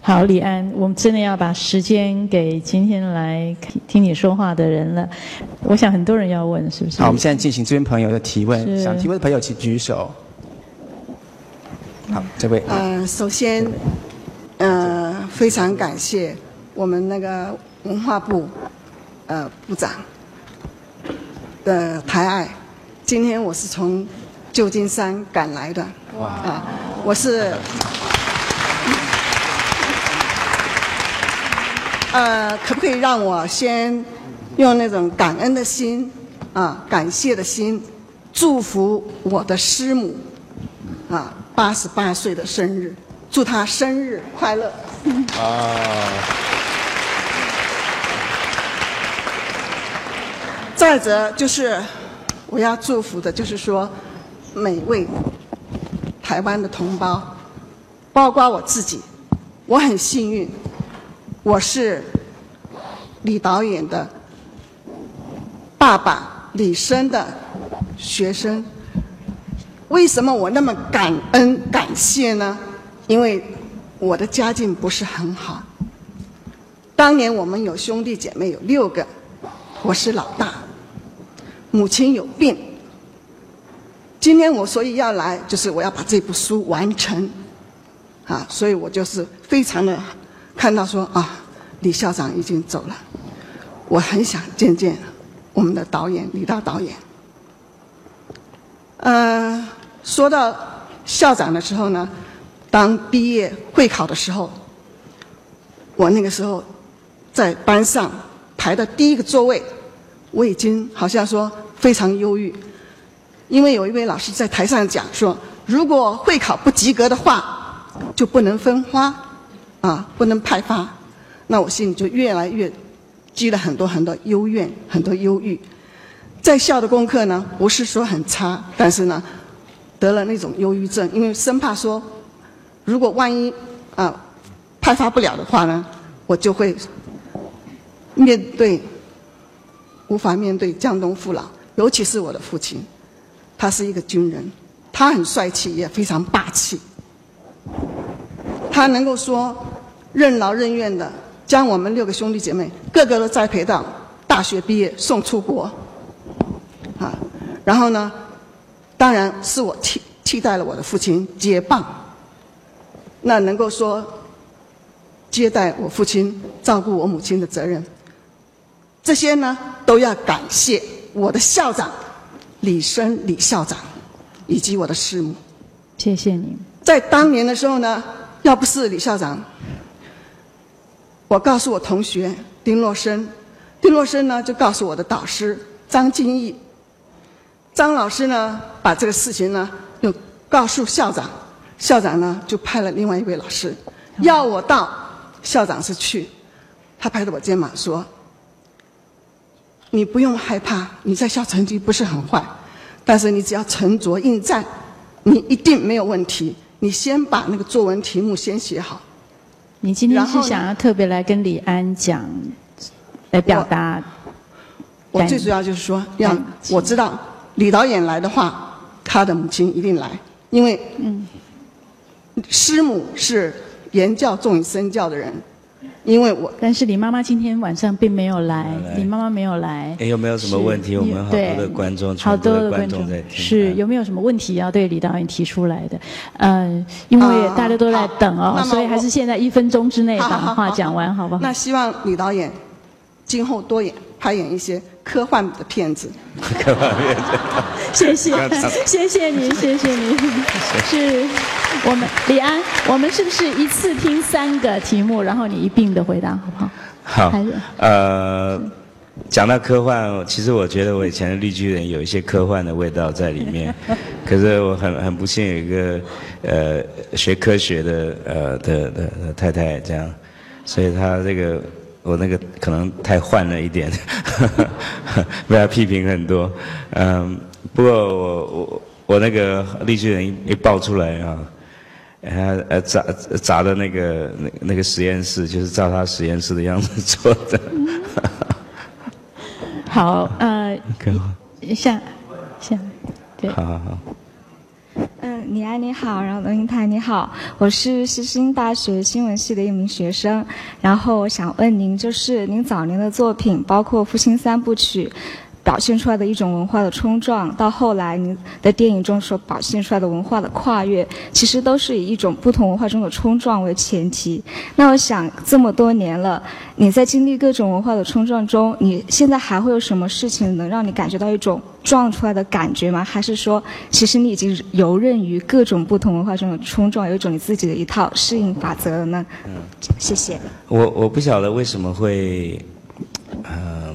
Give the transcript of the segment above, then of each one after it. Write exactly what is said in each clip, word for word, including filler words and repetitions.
好，李安，我们真的要把时间给今天来听你说话的人了。我想很多人要问，是不是？ 好，我们现在进行这边朋友的提问，想提问的朋友请举手。好，这位。 呃，首先，呃，非常感谢我们那个文化部呃部长的抬爱。今天我是从旧金山赶来的，哇啊，我是。呃，可不可以让我先用那种感恩的心啊，感谢的心，祝福我的师母啊，八十八岁的生日，祝她生日快乐。啊。再者就是我要祝福的，就是说每位台湾的同胞，包括我自己，我很幸运。我是李导演的爸爸李生的学生。为什么我那么感恩感谢呢？因为我的家境不是很好。当年我们有兄弟姐妹有六个，我是老大，母亲有病。今天我所以要来，就是我要把这部书完成啊，所以我就是非常的看到说啊，李校长已经走了，我很想见见我们的导演李大导演。呃，说到校长的时候呢，当毕业会考的时候，我那个时候在班上排的第一个座位，我已经好像说非常忧郁，因为有一位老师在台上讲说，如果会考不及格的话，就不能分花。啊，不能派发，那我心里就越来越积了很多很多幽怨，很多忧郁。在校的功课呢，不是说很差，但是呢，得了那种忧郁症，因为生怕说，如果万一啊派发不了的话呢，我就会面对无法面对江东父老，尤其是我的父亲，他是一个军人，他很帅气，也非常霸气。他能够说任劳任怨的将我们六个兄弟姐妹个个都栽培到大学毕业送出国啊，然后呢，当然是我替替代了我的父亲接棒，那能够说接待我父亲照顾我母亲的责任，这些呢都要感谢我的校长李生李校长以及我的师母。 谢谢你。 在当年的时候呢，要不是李校长，我告诉我同学丁洛生，丁洛生呢就告诉我的导师张金义，张老师呢把这个事情呢又告诉校长，校长呢就派了另外一位老师要我到，校长是去，他拍着我肩膀说，你不用害怕，你在校成绩不是很坏，但是你只要沉着应战，你一定没有问题，你先把那个作文题目先写好。 你今天是想要特别来跟李安讲，来表达我？我最主要就是说，让我知道李导演来的话，他的母亲一定来，因为嗯，师母是言教重于身教的人。因为我， 但是李妈妈今天晚上并没有来，李妈妈没有来。 有没有什么问题？我们好多的观众， 好多的观众在听。是有没有什么问题要对李导演提出来的？嗯、呃，因为大家都在等哦，所以还是现在一分钟之内把话讲完，好不好？ 那希望李导演今后多演拍演一些科幻的片子。 科幻片子。 谢谢，谢谢你，谢谢你。是我们李安，我们是不是一次听三个题目，然后你一并的回答，好不好？ 好。呃，讲到科幻，其实我觉得我以前的绿巨人有一些科幻的味道在里面，可是我很很不幸有一个呃学科学的呃的的的太太这样，所以她这个。我那个可能太换了一点，被他批评很多。嗯，不过我我我那个绿巨人一爆出来啊，他呃砸砸的那个那那个实验室就是照他实验室的样子做的。 好，呃，下下对。 好好好。 嗯， 李安你好，然后龙应台你好，我是世新大学新闻系的一名学生，然后我想问您，就是您早年的作品，包括《复兴三部曲》，表现出来的一种文化的冲撞，到后来您的电影中所表现出来的文化的跨越，其实都是以一种不同文化中的冲撞为前提。那我想这么多年了，你在经历各种文化的冲撞中，你现在还会有什么事情能让你感觉到一种撞出来的感觉吗？还是说其实你已经游刃于各种不同文化中的冲撞，有一种你自己的一套适应法则了呢？嗯，谢谢。 我我不晓得为什么会嗯、呃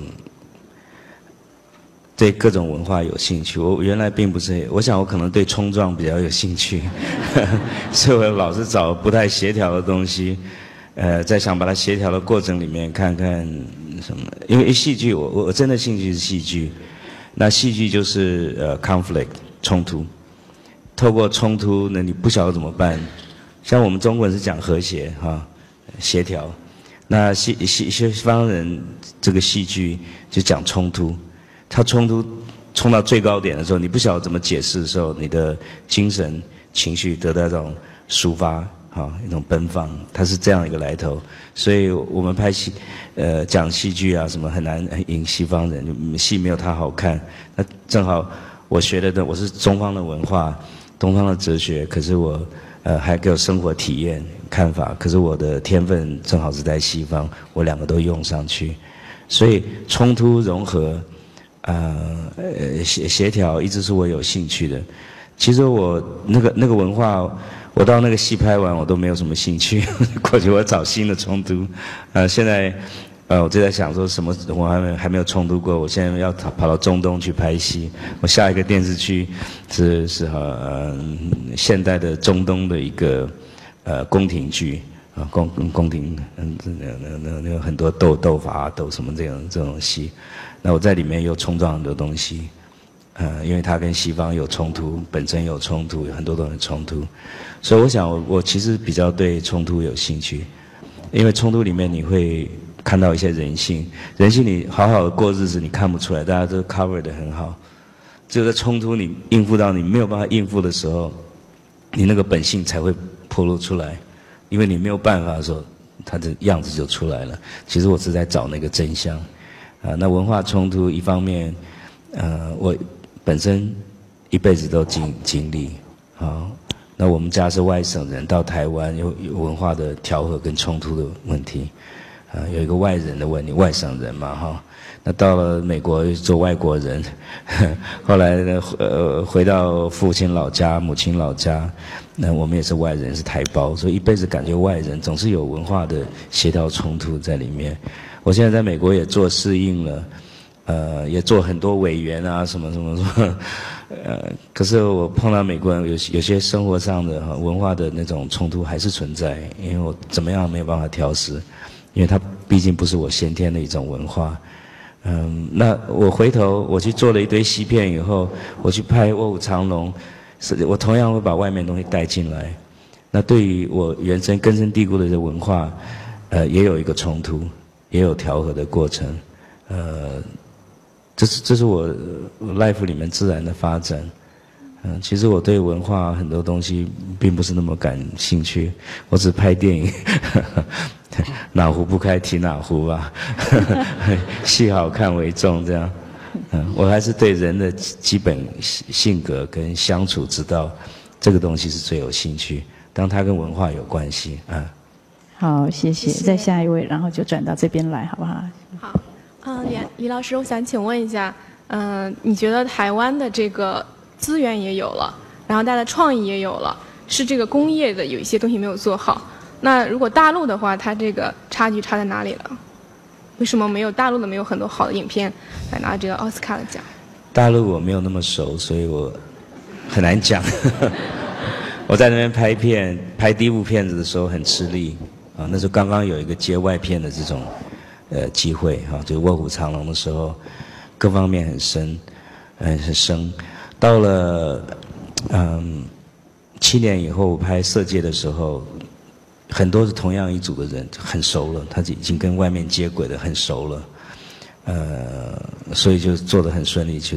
对各种文化有兴趣，我原来并不是，我想我可能对冲撞比较有兴趣，所以我老是找不太协调的东西，呃，在想把它协调的过程里面看看什么，因为戏剧，我我真的兴趣是戏剧，那戏剧就是呃 conflict 冲突，透过冲突呢，你不晓得怎么办，像我们中国人是讲和谐哈，协调，那西西西方人这个戏剧就讲冲突。它冲突冲到最高点的时候，你不晓得怎么解释的时候，你的精神情绪得到一种抒发，哈，一种奔放，它是这样一个来头。所以我们拍戏，呃，讲戏剧啊什么很难赢西方人，戏没有它好看。那正好我学的的我是中方的文化，东方的哲学，可是我呃还给我生活体验看法，可是我的天分正好是在西方，我两个都用上去，所以冲突融合。呃呃协协调一直是我有兴趣的。其实我那个那个文化，我到那个戏拍完我都没有什么兴趣，过去我找新的冲突。呃，现在呃我就在想说什么我还没还没有冲突过，我现在要跑到中东去拍戏。我下一个电视剧是是呃现代的中东的一个呃宫廷剧。啊，宫宫廷，嗯，那那那那有很多斗斗法、斗什么这种这种戏，那我在里面又冲撞很多东西，呃，因为它跟西方有冲突，本身有冲突，有很多东西冲突，所以我想我我其实比较对冲突有兴趣，因为冲突里面你会看到一些人性，人性你好好的过日子你看不出来，大家都 cover 得很好，只有在冲突你应付到你没有办法应付的时候，你那个本性才会暴露出来。因为你没有办法的时候，它的样子就出来了。其实我是在找那个真相，啊，那文化冲突一方面，呃，我本身一辈子都经经历，啊，那我们家是外省人，到台湾有有文化的调和跟冲突的问题，啊，有一个外人的问题，外省人嘛，哈。那到了美国做外国人，后来呢，呃，回到父亲老家、母亲老家，那我们也是外人，是台胞，所以一辈子感觉外人总是有文化的协调冲突在里面。我现在在美国也做适应了，呃，也做很多委员啊，什么什么什么，呃，可是我碰到美国人有有些生活上的文化的那种冲突还是存在，因为我怎么样没有办法调试，因为它毕竟不是我先天的一种文化。嗯，那我回头我去做了一堆西片以后，我去拍《卧虎藏龙》，是我同样会把外面的东西带进来。那对于我原生根深蒂固的这文化，呃，也有一个冲突，也有调和的过程。呃，这是这是我 life 里面自然的发展。嗯，其实我对文化很多东西并不是那么感兴趣，我只拍电影。哪壶不开提哪壶吧，戏好看为重，这样。嗯，我还是对人的基本性格跟相处之道，这个东西是最有兴趣。当它跟文化有关系，啊。 好，谢谢。再下一位，然后就转到这边来，好不好？ 好，嗯、呃，李李老师，我想请问一下，嗯、呃，你觉得台湾的这个资源也有了，然后大家的创意也有了，是这个工业的有一些东西没有做好？那如果大陆的话，它这个差距差在哪里了？为什么没有大陆的没有很多好的影片来拿这个奥斯卡的奖？ 大陆我没有那么熟，所以我很难讲。我在那边拍片，拍第一部片子的时候很吃力啊，那时候刚刚有一个接外片的这种呃机会哈、啊，就是《卧虎藏龙》的时候，各方面很深，嗯很深。到了嗯七年以后拍《色戒》的时候。很多是同样一组的人，很熟了，他已经跟外面接轨的很熟了，呃，所以就做得很顺利。其实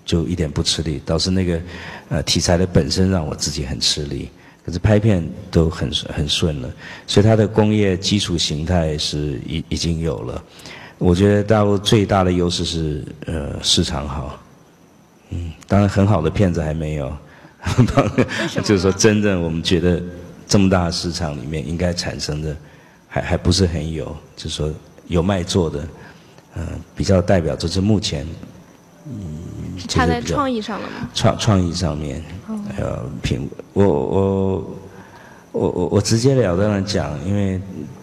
就一点不吃力，倒是那个呃题材的本身让我自己很吃力。可是拍片都很很顺了，所以它的工业基础形态是已已经有了。我觉得大陆最大的优势是呃市场好，嗯，当然很好的片子还没有，就是说真正我们觉得这么大的市场里面应该产生的还还不是很有，就是说有卖座的，呃，比较代表就是目前。 嗯，是差在创意上了吗？ 创创意上面，呃，品我我我我我直截了当的讲，因为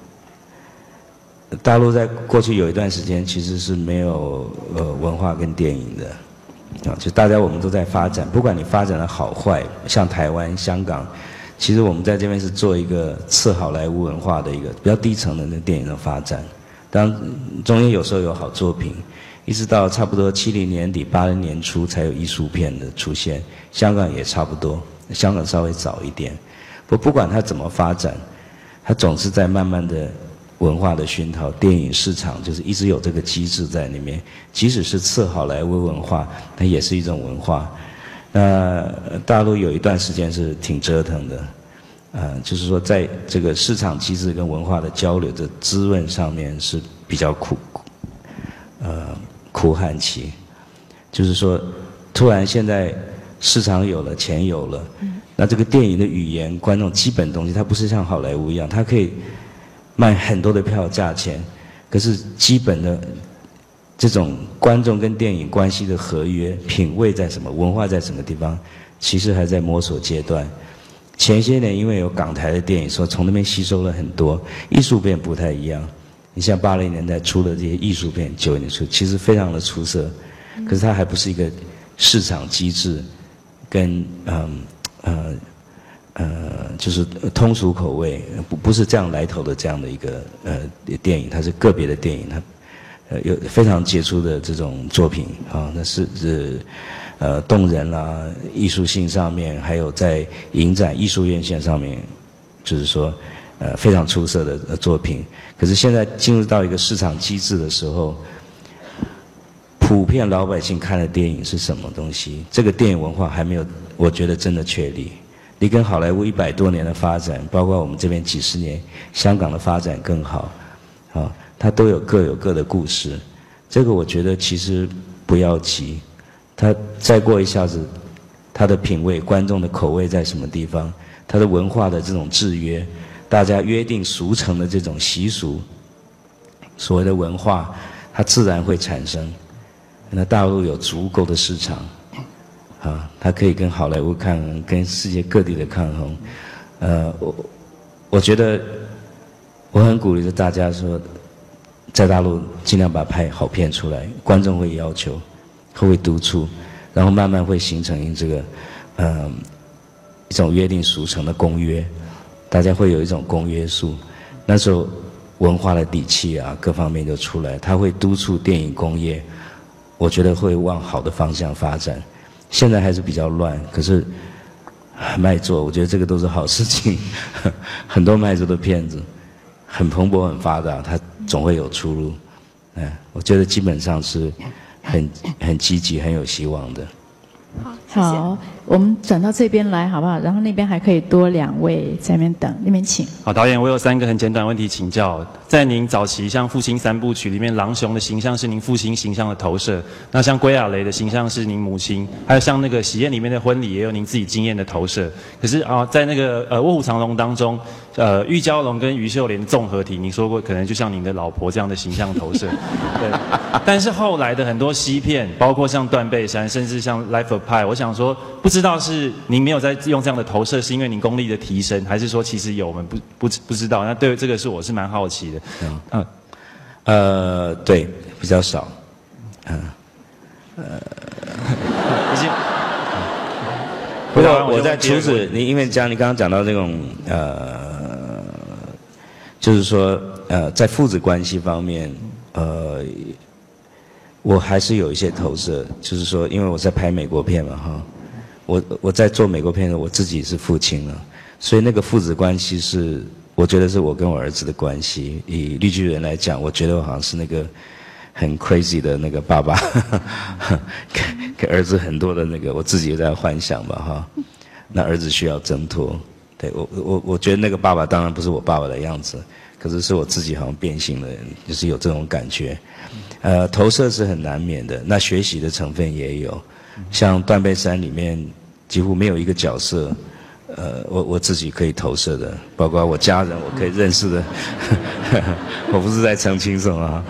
大陆在过去有一段时间其实是没有呃文化跟电影的，啊，就大家我们都在发展，不管你发展的好坏，像台湾、香港，其实我们在这边是做一个次好莱坞文化的一个比较低层的那电影的发展，当然中间有时候有好作品。一直到差不多七零年底、八零年初才有艺术片的出现，香港也差不多，香港稍微早一点。不不管它怎么发展，它总是在慢慢的文化的熏陶，电影市场就是一直有这个机制在里面。即使是次好莱坞文化，它也是一种文化。那大陆有一段时间是挺折腾的，呃，就是说在这个市场机制跟文化的交流的滋润上面是比较苦，呃。苦旱期，就是说，突然现在市场有了，钱有了，那这个电影的语言、观众基本东西，它不是像好莱坞一样，它可以卖很多的票价钱，可是基本的这种观众跟电影关系的合约、品味在什么、文化在什么地方，其实还在摸索阶段。前些年因为有港台的电影，所以从那边吸收了很多艺术片，不太一样。你像八零年代出的这些艺术片，九零年出其实非常的出色，可是它还不是一个市场机制，跟嗯呃呃就是通俗口味，不不是这样来头的这样的一个呃电影，它是个别的电影，它呃有非常杰出的这种作品啊，那是是呃动人啦，艺术性上面，还有在影展艺术院线上面，就是说。呃，非常出色的作品，可是现在进入到一个市场机制的时候，普遍老百姓看的电影是什么东西？这个电影文化还没有，我觉得真的确立。你跟好莱坞一百多年的发展，包括我们这边几十年，香港的发展更好，啊，它都有各有各的故事。这个我觉得其实不要急，它再过一下子，它的品味、观众的口味在什么地方，它的文化的这种制约。大家约定俗成的这种习俗，所谓的文化，它自然会产生。那大陆有足够的市场，啊，它可以跟好莱坞抗衡，跟世界各地的抗衡。呃，我我觉得我很鼓励着大家说，在大陆尽量把拍好片出来，观众会要求，会督促，然后慢慢会形成这个，呃，一种约定俗成的公约。大家会有一种公约数，那时候文化的底气啊，各方面就出来，它会督促电影工业，我觉得会往好的方向发展。现在还是比较乱，可是卖座，我觉得这个都是好事情。很多卖座的片子，很蓬勃、很发达，它总会有出路。嗯，我觉得基本上是很很积极、很有希望的。 好，谢谢。好，我们转到这边来好不好？然后那边还可以多两位在那边等，那边请。 好，导演，我有三个很简短的问题请教。在您早期像《父亲三部曲》里面，郎雄的形象是您父亲形象的投射，那像归亚蕾的形象是您母亲，还有像那个喜宴里面的婚礼也有您自己经验的投射。可是啊，在那个呃《卧虎藏龙》当中，呃玉娇龙跟于秀莲的综合体，您说过可能就像您的老婆这样的形象投射。对。但是后来的很多西片，包括像《断背山》，甚至像《Life of Pi》，我想说，不知道是您没有在用这样的投射，是因为您功力的提升，还是说其实有我们不不不知道？那对这个是我是蛮好奇的。 嗯，嗯呃，对，比较少。嗯，呃， 已经。 不过我在除此，你因为讲你刚刚讲到这种呃，就是说呃，在父子关系方面，呃。我还是有一些投射，就是说，因为我在拍美国片嘛，哈，我我在做美国片的时候，我自己是父亲了，所以那个父子关系是，我觉得是我跟我儿子的关系。以绿巨人来讲，我觉得我好像是那个很 crazy 的那个爸爸，给给儿子很多的那个，我自己也在幻想吧哈。那儿子需要挣脱，对我我我觉得那个爸爸当然不是我爸爸的样子，可是是我自己好像变性了，就是有这种感觉。呃，投射是很难免的，那学习的成分也有，像断背山里面几乎没有一个角色。呃，我我自己可以投射的，包括我家人，我可以认识的，我不是在澄清什么，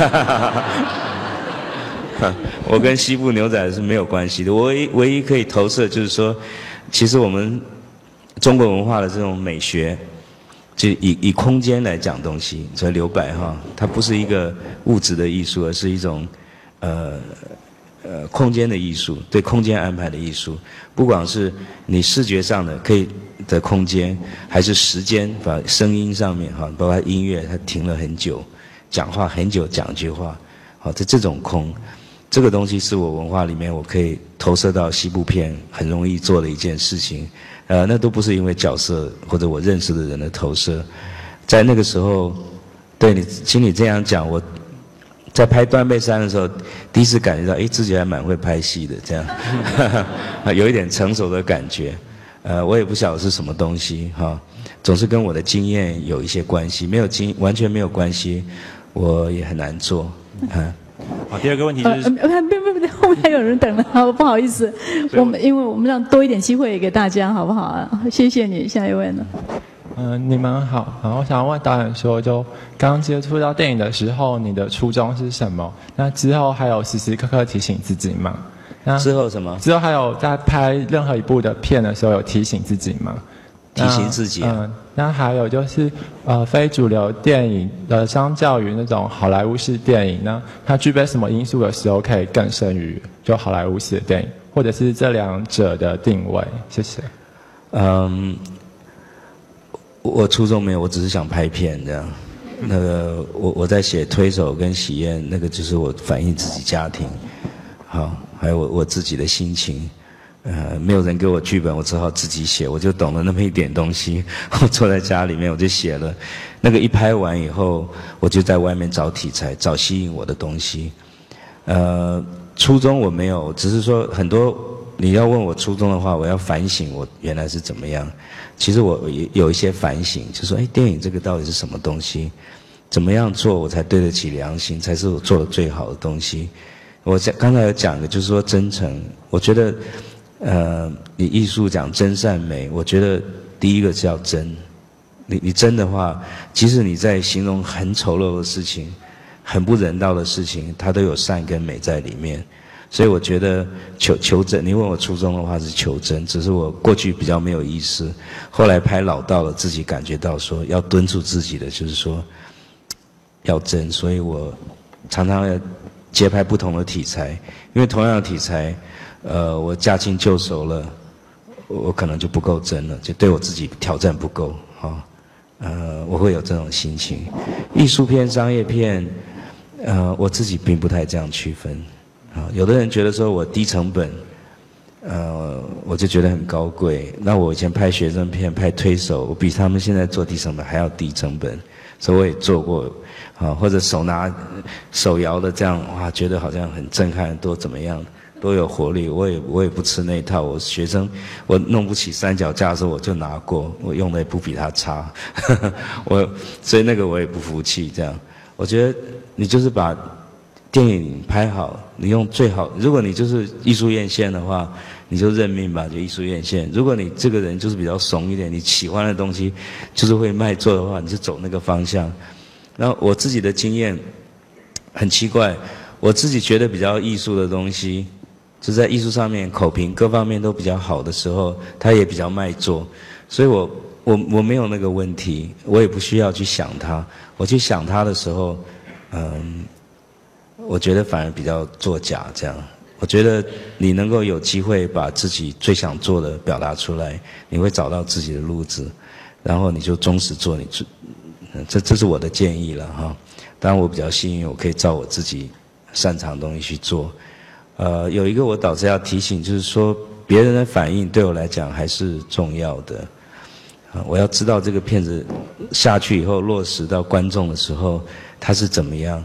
我跟西部牛仔是没有关系的。我唯一唯一可以投射就是说，其实我们中国文化的这种美学，就以以空间来讲东西，所以留白哈，它不是一个物质的艺术，而是一种呃。呃，空间的艺术，对空间安排的艺术，不管是你视觉上的可以的空间，还是时间，把声音上面哈，包括音乐，它停了很久，讲话很久讲一句话，好，在这种空，这个东西是我文化里面我可以投射到西部片很容易做的一件事情，呃，那都不是因为角色或者我认识的人的投射，在那个时候，对你，请你这样讲我。在拍断背山的时候，第一次感觉到，哎，自己还蛮会拍戏的，这样，有一点成熟的感觉。呃，我也不晓得是什么东西哈，总是跟我的经验有一些关系，没有经完全没有关系，我也很难做。嗯。 好，第二个问题就是， 呃，别别别，后面还有人等了，不好意思，我们因为我们让多一点机会给大家，好不好啊？谢谢你，下一位呢？ 嗯、呃，你们好。然后我想问导演说，就刚接触到电影的时候，你的初衷是什么？那之后还有时时刻刻提醒自己吗？那之后什么？ 之后还有在拍任何一部的片的时候，有提醒自己吗？ 提醒自己、啊。 嗯，那还有就是，呃，非主流电影呃，相较于那种好莱坞式电影呢，它具备什么因素的时候可以更胜于就好莱坞式的电影，或者是这两者的定位？谢谢。 嗯。我初衷没有，我只是想拍片这样。那个我我在写推手跟喜宴，那个就是我反映自己家庭，好，还有我我自己的心情。呃，没有人给我剧本，我只好自己写，我就懂了那么一点东西。我坐在家里面我就写了，那个一拍完以后，我就在外面找题材，找吸引我的东西。呃，初衷我没有，只是说很多你要问我初衷的话，我要反省我原来是怎么样。其实我也有一些反省，就说，哎，电影这个到底是什么东西？怎么样做我才对得起良心，才是我做的最好的东西？我讲刚才有讲的，就是说真诚。我觉得，呃，你艺术讲真善美，我觉得第一个是要真。你你真的话，即使你在形容很丑陋的事情、很不人道的事情，它都有善跟美在里面。所以我觉得求求真，你问我初衷的话是求真，只是我过去比较没有意识，后来拍老道了，自己感觉到说要敦促自己的，就是说要真，所以我常常要接拍不同的题材，因为同样的题材，呃，我驾轻就熟了，我可能就不够真了，就对我自己挑战不够，哈，呃，我会有这种心情。艺术片、商业片，呃，我自己并不太这样区分。啊，有的人觉得说我低成本，呃，我就觉得很高贵。那我以前拍学生片、拍推手，我比他们现在做低成本还要低成本，所以我也做过。啊，或者手拿手摇的这样，哇，觉得好像很震撼，多怎么样，多有活力。我也我也不吃那一套。我学生我弄不起三脚架的时候，我就拿过，我用的也不比他差。我所以那个我也不服气。这样，我觉得你就是把电影拍好，你用最好。如果你就是艺术院线的话，你就认命吧，就艺术院线。如果你这个人就是比较怂一点，你喜欢的东西就是会卖座的话，你就走那个方向。然后我自己的经验很奇怪，我自己觉得比较艺术的东西，就在艺术上面口评各方面都比较好的时候，它也比较卖座。所以我我我没有那个问题，我也不需要去想它。我去想它的时候，嗯。我觉得反而比较作假，这样。我觉得你能够有机会把自己最想做的表达出来，你会找到自己的路子，然后你就忠实做你自，这这是我的建议了哈。当然我比较幸运，我可以照我自己擅长的东西去做。呃，有一个我导致要提醒，就是说别人的反应对我来讲还是重要的。啊，我要知道这个片子下去以后落实到观众的时候，它是怎么样。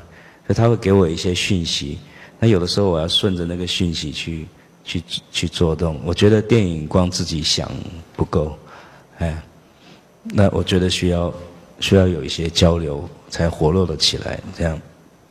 所以他会给我一些讯息。那有的时候我要顺着那个讯息去去去做动。我觉得电影光自己想不够，哎，那我觉得需要需要有一些交流才活络了起来，这样。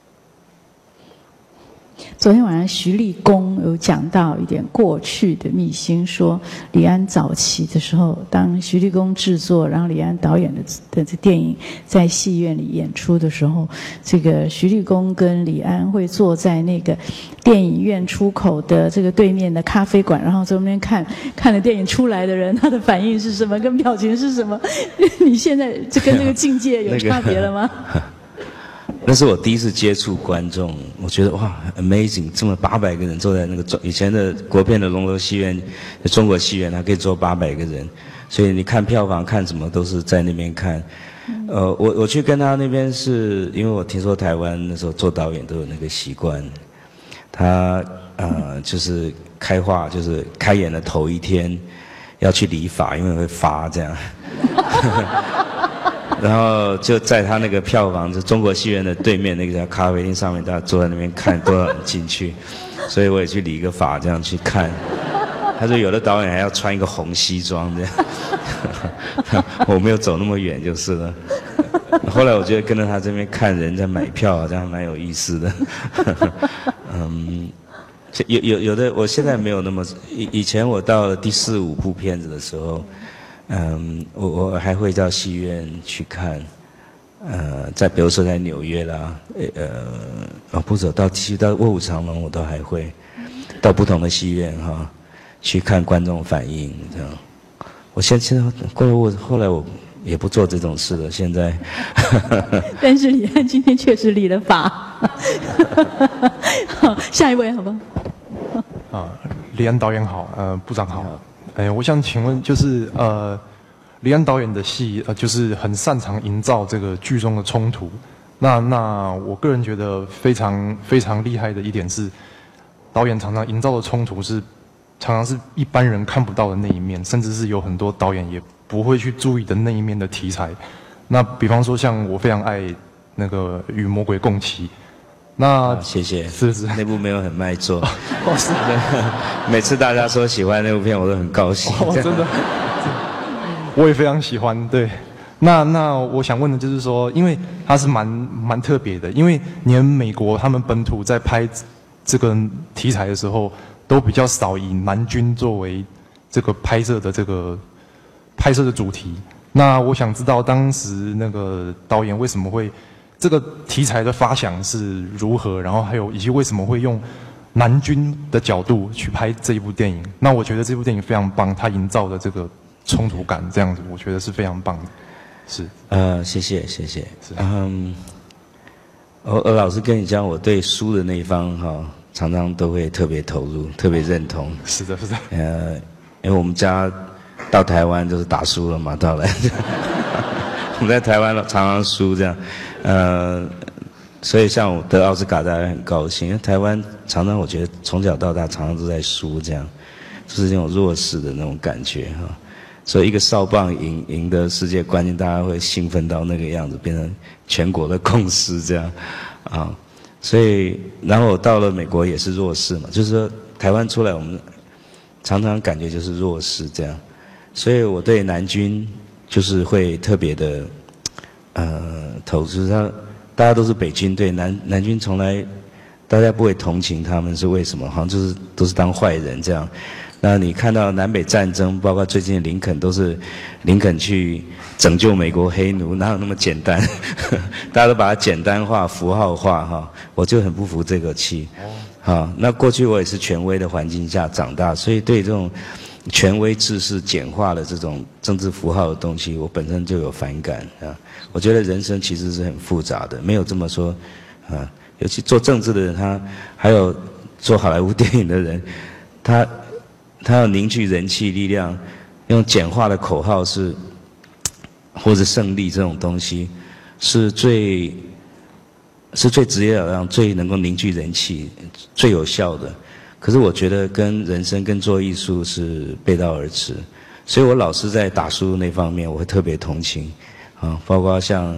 昨天晚上徐立功有讲到一点过去的秘辛，说李安早期的时候，当徐立功制作，然后李安导演的的这电影在戏院里演出的时候，这个徐立功跟李安会坐在那个电影院出口的这个对面的咖啡馆，然后在那边看看了电影出来的人，他的反应是什么，跟表情是什么？你现在这跟这个境界有差别了吗？ 那是我第一次接触观众，我觉得哇 ，amazing！ 这么八百个人坐在那个以前的国片的龙楼戏院、中国戏院，它可以坐八百个人，所以你看票房看什么都是在那边看。呃，我我去跟他那边是因为我听说台湾那时候做导演都有那个习惯，他呃就是开画，就是开演的头一天要去理发，因为会发这样。然后就在他那个票房，就中国戏院的对面那个咖啡厅上面，大家坐在那边看多少人进去，所以我也去理个发，这样去看。他说有的导演还要穿一个红西装这样，我没有走那么远就是了。后来我觉得跟着他这边看人在买票，这样蛮有意思的。嗯，有有有的，我现在没有那么以以前我到了第四五部片子的时候。嗯，我我还会到戏院去看，呃，在比如说在纽约啦，呃，哦不走到其实到卧虎藏龙我都还会到不同的戏院哈，去看观众反应这样。我现现在过了我后来我也不做这种事了，现在。 但是李安今天确实理了发。好，下一位好吧。 啊，李安导演好，呃，部长好。哎，我想请问，就是呃，李安导演的戏，呃，就是很擅长营造这个剧中的冲突。那那我个人觉得非常非常厉害的一点是，导演常常营造的冲突是，常常是一般人看不到的那一面，甚至是有很多导演也不会去注意的那一面的题材。那比方说，像我非常爱那个《与魔鬼共骑》。那谢谢， 是不是那部没有很卖座？哦，是的。每次大家说喜欢那部片，我都很高兴。 哦，真的，我也非常喜欢。对，那那我想问的就是说，因为它是蛮蛮特别的，因为连美国他们本土在拍这个题材的时候，都比较少以南军作为这个拍摄的这个拍摄的主题。那我想知道当时那个导演为什么会？这个题材的发想是如何？然后还有以及为什么会用南军的角度去拍这一部电影？那我觉得这部电影非常棒，它营造的这个冲突感，这样子我觉得是非常棒的。是， 呃，谢谢谢谢。嗯，我我老实跟你讲，我对输的那一方哈、哦，常常都会特别投入，特别认同。 是的，是的。 呃，因为我们家到台湾就是打输了嘛，到来。我们在台湾常常输这样，呃，所以像我得奥斯卡，大家很高兴。因为台湾常常我觉得从小到大常常都在输，这样，就是这种弱势的那种感觉哈。所以一个少棒赢赢得世界冠军，大家会兴奋到那个样子，变成全国的共识这样啊。所以然后我到了美国也是弱势嘛，就是说台湾出来我们常常感觉就是弱势这样。所以我对南军。就是会特别的，呃，投资他，大家都是北军队，南南军从来大家不会同情他们是为什么？好像就是都是当坏人这样。那你看到南北战争，包括最近的林肯，都是林肯去拯救美国黑奴，哪有那么简单？大家都把它简单化、符号化哈，我就很不服这个气。好，那过去我也是权威的环境下长大，所以对这种。权威制式简化的这种政治符号的东西，我本身就有反感啊。我觉得人生其实是很复杂的，没有这么说啊。尤其做政治的人，他还有做好莱坞电影的人，他他要凝聚人气力量，用简化的口号是或者胜利这种东西，是最是最直截了当、最能够凝聚人气、最有效的。可是我觉得跟人生跟做艺术是背道而驰，所以我老是在打输那方面我会特别同情，啊，包括像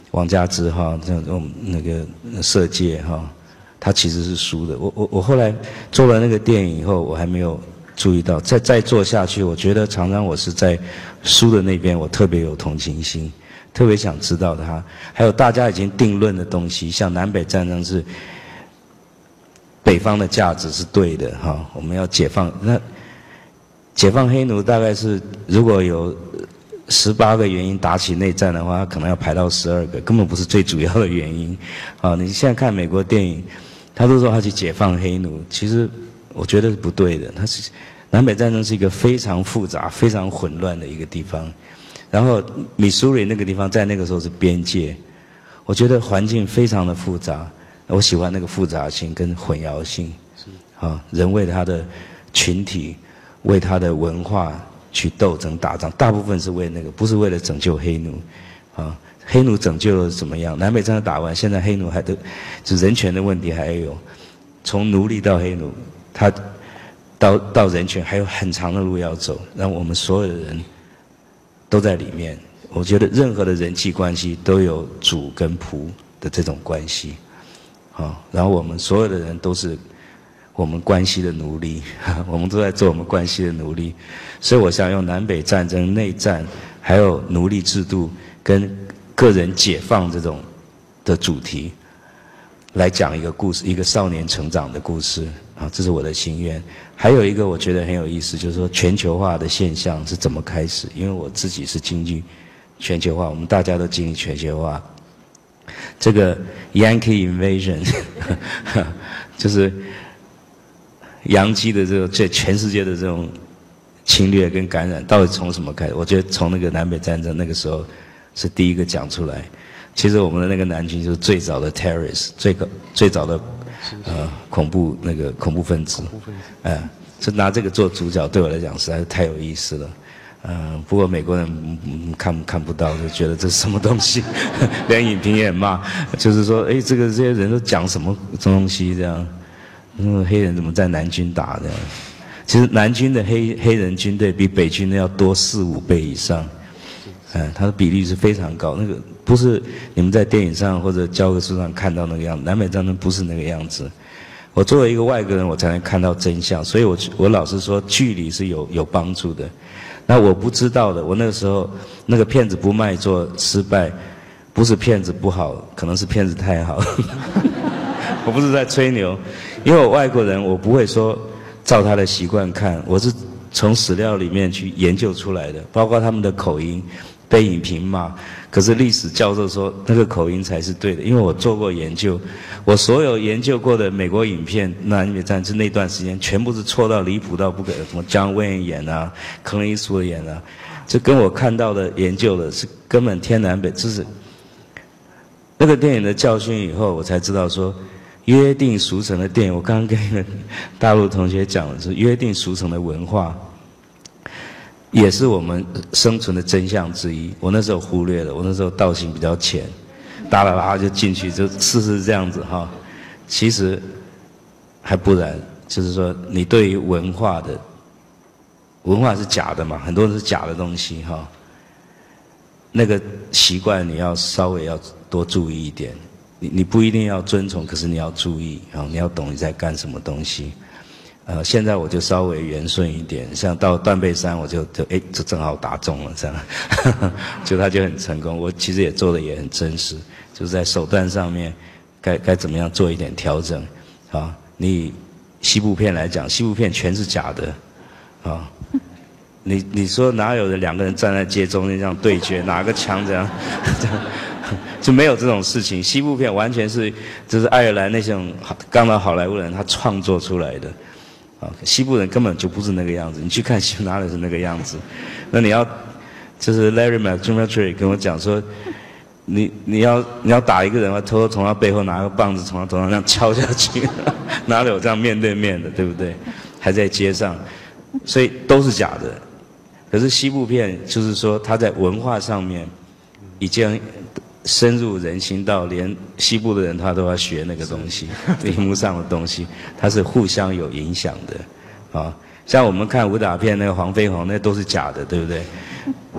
王家之哈，这种那个色戒哈，他其实是输的。我我我后来做了那个电影以后，我还没有注意到，再再做下去，我觉得常常我是在输的那边，我特别有同情心，特别想知道他。还有大家已经定论的东西，像南北战争是北方的价值是对的哈，我们要解放那。解放黑奴大概是如果有十八个原因打起内战的话，可能要排到十二个，根本不是最主要的原因。啊，你现在看美国电影，他都说他去解放黑奴，其实我觉得是不对的。他是南北战争是一个非常复杂、非常混乱的一个地方。然后密苏里那个地方在那个时候是边界，我觉得环境非常的复杂。我喜欢那个复杂性跟混淆性。啊，人为他的群体。为他的文化去斗争打仗，大部分是为那个，不是为了拯救黑奴，啊，黑奴拯救了怎么样？南北战争打完，现在黑奴还都，就人权的问题还有，从奴隶到黑奴，他到到人权还有很长的路要走，让我们所有的人都在里面。我觉得任何的人际关系都有主跟仆的这种关系，啊，然后我们所有的人都是。我们关系的奴隶，我们都在做我们关系的奴隶，所以我想用南北战争、内战，还有奴隶制度跟个人解放这种的主题，来讲一个故事，一个少年成长的故事啊，这是我的心愿。还有一个我觉得很有意思，就是说全球化的现象是怎么开始？因为我自己是经历全球化，我们大家都经历全球化。这个 Yankee Invasion 就是洋基的这个这全世界的这种侵略跟感染，到底从什么开始？我觉得从那个南北战争那个时候是第一个讲出来。其实我们的那个南军就是最早的 terrorist， 最最早的呃恐怖那个恐怖分子，哎、呃，就拿这个做主角，对我来讲实在是太有意思了。嗯、呃，不过美国人、嗯、看看不到，就觉得这是什么东西，连影评也很骂，就是说，哎，这个这些人都讲什么东西这样。嗯，黑人怎么在南军打的？其实南军的黑黑人军队比北军的要多四五倍以上，嗯，它的比例是非常高。那个不是你们在电影上或者教科书上看到那个样子，南北战争不是那个样子。我作为一个外国人，我才能看到真相，所以我我老是说距离是有有帮助的。那我不知道的，我那个时候那个骗子不卖座失败，不是骗子不好，可能是骗子太好。我不是在吹牛，因为我外国人，我不会说照他的习惯看，我是从史料里面去研究出来的，包括他们的口音，被影评骂，可是历史教授说那个口音才是对的，因为我做过研究，我所有研究过的美国影片，南北战争那段时间，全部是错到离谱到不可，什么John Wayne演啊，克林伊斯沃演啊，这跟我看到的研究的是根本天南北，就是那个电影的教训以后，我才知道说。约定俗成的电影，我刚刚跟一个大陆同学讲的是约定俗成的文化，也是我们生存的真相之一。我那时候忽略了，我那时候道行比较浅，哒啦啦就进去，就试试这样子哈。其实还不然，就是说你对于文化的文化是假的嘛，很多人是假的东西哈。那个习惯你要稍微要多注意一点。你你不一定要遵从，可是你要注意啊，你要懂你在干什么东西。呃，现在我就稍微圆顺一点，像到断背山，我就就哎，这正好打中了这样，就他就很成功。我其实也做的也很真实，就是在手段上面该该怎么样做一点调整啊。你西部片来讲，西部片全是假的啊。你你说哪有人两个人站在街中间这样对决，拿个枪这样？就没有这种事情。西部片完全是就是爱尔兰那种刚到好莱坞人他创作出来的，啊，西部人根本就不是那个样子。你去看西部哪里是那个样子？那你要就是 Larry McMurtry 跟我讲说，你你要你要打一个人，偷偷从他背后拿个棒子从他头上这样敲下去，哪里有这样面对面的，对不对？还在街上，所以都是假的。可是西部片就是说他在文化上面已经深入人心到连西部的人他都要学那个东西，荧幕上的东西，它是互相有影响的，啊，像我们看武打片那个黄飞鸿那都是假的，对不对？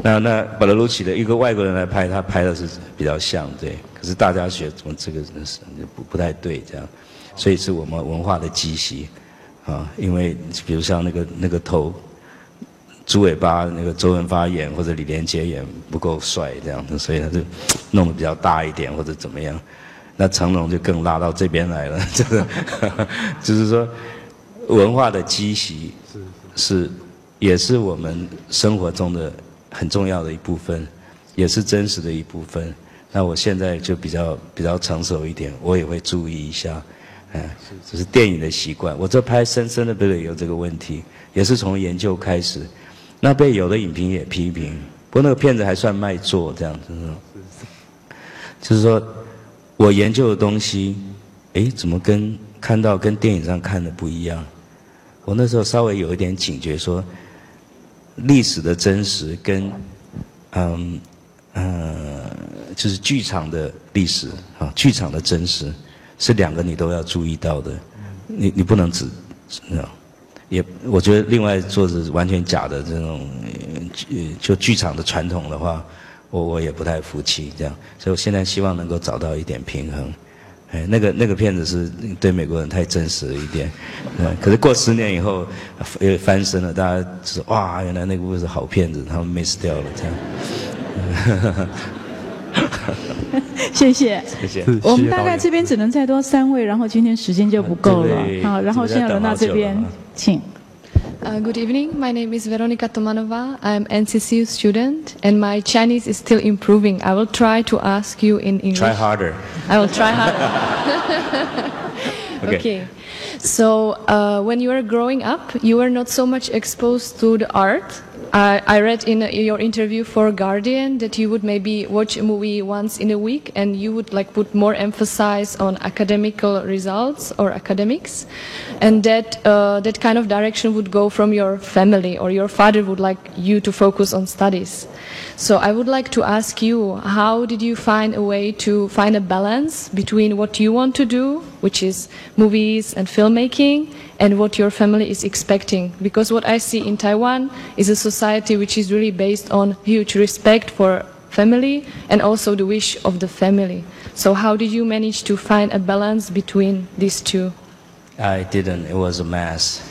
那那巴勒鲁奇的一个外国人来拍，他拍的是比较像，对。可是大家觉得怎么这个真是不不太对这样，所以是我们文化的积习啊。因为比如像那个那个头猪尾巴，那个周润发演或者李连杰演不够帅这样，所以他就弄得比较大一点或者怎么样。那成龙就更拉到这边来了，这个就是说文化的积习是也是我们生活中的很重要的一部分，也是真实的一部分。那我现在就比较比较成熟一点，我也会注意一下，嗯，这是电影的习惯。我这拍《深深的贝》也有这个问题，也是从研究开始。那被有的影评也批评，不过那个片子还算卖座，这样子，就是说我研究的东西，诶，怎么跟看到跟电影上看的不一样？我那时候稍微有一点警觉，说历史的真实跟嗯呃就是剧场的历史啊，剧场的真实是两个你都要注意到的，你你不能只啊。也，我觉得另外做着完全假的这种，呃，就剧场的传统的话，我我也不太服气这样，所以我现在希望能够找到一点平衡。哎，那个那个片子是对美国人太真实了一点，嗯，可是过十年以后，又翻身了，大家说哇，原来那部是好片子，他们 miss 掉了这样。 谢谢， 谢谢。 我们大概这边只能再多三位，然后今天时间就不够了。好，然后现在轮到这边，请。 Uh, good evening. My name is Veronika Tomanova. I'm N C C U student, and my Chinese is still improving. I will try to ask you in English. Try harder. I will try harder. okay. okay. So, uh, when you were growing up, you were not so much exposed to the art. I, I read in your interview for Guardian that you would maybe watch a movie once in a week and you would like put more emphasis on academical results or academics, and that uh, that kind of direction would go from your family, or your father would like you to focus on studies. So I would like to ask you, how did you find a way to find a balance between what you want to do, which is movies and filmmaking, and what your family is expecting? Because what I see in Taiwan is a society which is really based on huge respect for family and also the wish of the family. So how did you manage to find a balance between these two? I didn't. It was a mess.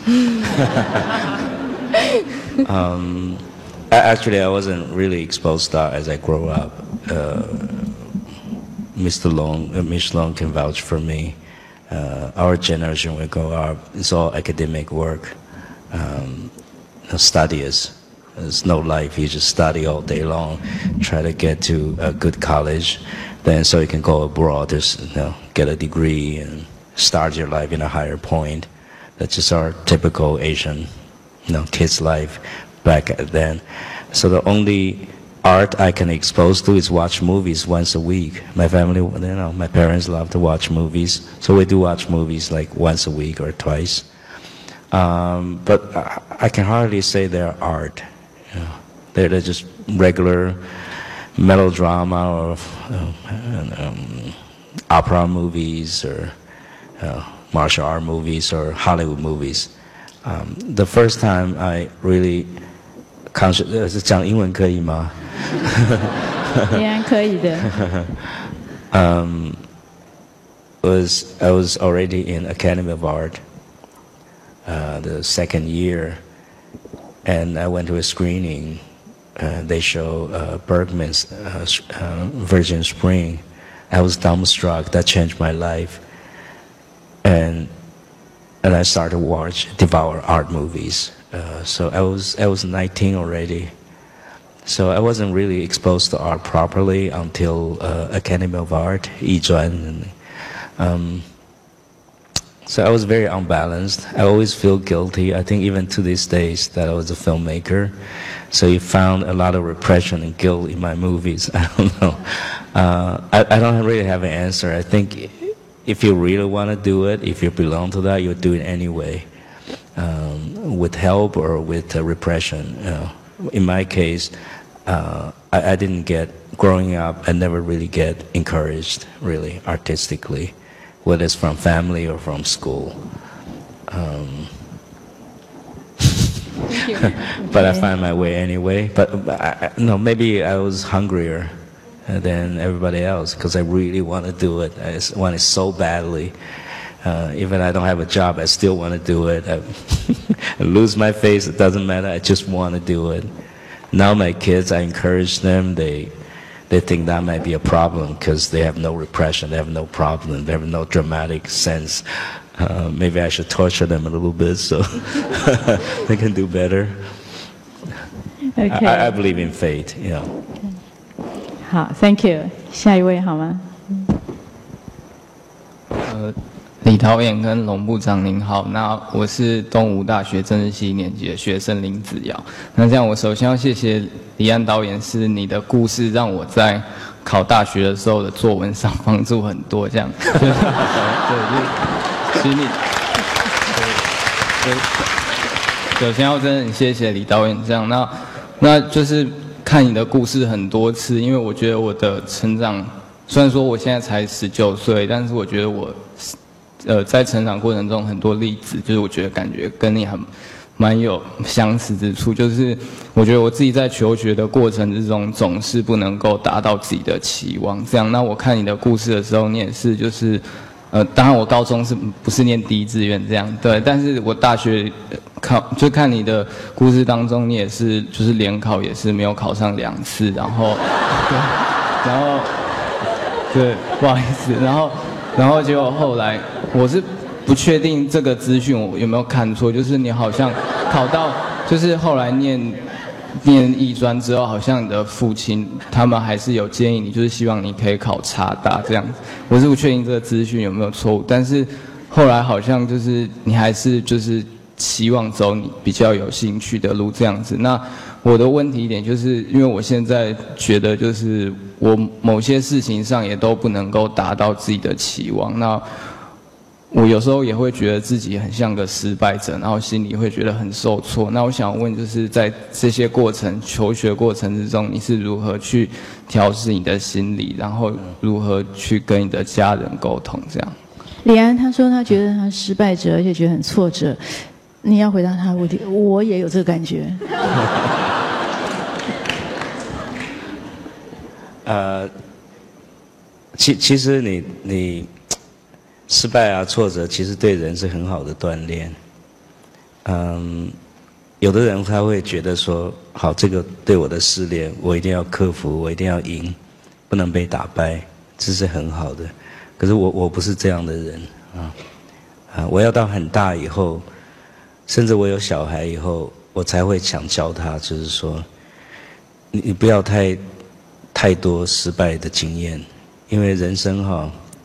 um, actually, I wasn't really exposed to art as I grew up. Uh, Mister Long, uh, Miss Long can vouch for me. Uh, our generation will go up, it's all academic work, um, studies. There's no life, you just study all day long, try to get to a good college, then so you can go abroad, just, you know, get a degree and start your life in a higher point. That's just our typical Asian, you know, kid's life back then. So the only art I can expose to is watch movies once a week. My family, you know, my parents love to watch movies, so we do watch movies like once a week or twice. Um, but I, I can hardly say they're art. You know, they're, they're just regular melodrama or uh, um, opera movies or uh, martial art movies or Hollywood movies. Um, the first time I really conscious 讲英文可以吗？ 依然可以的。 um, was I was already in Academy of Art, uh, the second year, and I went to a screening. Uh, they show uh, Bergman's uh, uh, Virgin Spring. I was dumbstruck. That changed my life, and and I started to watch, devour art movies. Uh, so I was I was nineteen already, so I wasn't really exposed to art properly until uh, Academy of Art, Yizhuan. Um, so I was very unbalanced. I always feel guilty. I think even to these days that I was a filmmaker. So you found a lot of repression and guilt in my movies. I don't know. Uh, I, I don't really have an answer. I think if you really want to do it, if you belong to that, you'll do it anyway. Um, with help or with uh, repression. You know. In my case, uh, I, I didn't get, growing up, I never really get encouraged, really, artistically, whether it's from family or from school. Um, but I find my way anyway. But, but I, no, maybe I was hungrier than everybody else because I really want to do it. I just want it so badly. Uh, even I don't have a job, I still want to do it. I, I lose my face, it doesn't matter. I just want to do it. Now my kids, I encourage them. They they think that might be a problem because they have no repression, they have no problem, they have no dramatic sense. Uh, maybe I should torture them a little bit so they can do better. Okay. I, I believe in fate, you know. 好 ，Thank you。下一位好吗？ 呃，李导演跟龙部长您好，那我是东吴大学政治系一年级的学生林子尧。那这样，我首先要谢谢李安导演，是你的故事让我在考大学的时候的作文上帮助很多。这样，对，对，其实你，对，首先要真的很谢谢李导演这样。那，那就是看你的故事很多次，因为我觉得我的成长，虽然说我现在才十九岁，但是我觉得我。呃，在成长过程中很多例子，就是我觉得感觉跟你很蛮有相似之处。就是我觉得我自己在求学的过程之中，总是不能够达到自己的期望。这样，那我看你的故事的时候，你也是就是，呃，当然我高中是不是念第一志愿这样，对，但是我大学考就看你的故事当中，你也是就是联考也是没有考上两次，然后，对，然后，对，不好意思，然后。然后结果后来，我是不确定这个资讯我有没有看错，就是你好像考到，就是后来念念艺专之后，好像你的父亲他们还是有建议你，就是希望你可以考插大这样子。我是不确定这个资讯有没有错误，但是后来好像就是你还是就是希望走你比较有兴趣的路这样子。那我的问题一点就是，因为我现在觉得就是我某些事情上也都不能够达到自己的期望，那我有时候也会觉得自己很像个失败者，然后心里会觉得很受挫。那我想问，就是在这些过程求学过程之中，你是如何去调试你的心理，然后如何去跟你的家人沟通？这样。 李安他说他觉得他失败者，而且觉得很挫折。你要回答他的问题，我也有这个感觉。 呃，其其实你你失败啊挫折，其实对人是很好的锻炼。嗯，有的人他会觉得说，好，这个对我的试炼，我一定要克服，我一定要赢，不能被打败，这是很好的。可是我我不是这样的人啊啊！我要到很大以后。甚至我有小孩以后，我才会想教他，就是说，你你不要太太多失败的经验，因为人生哈，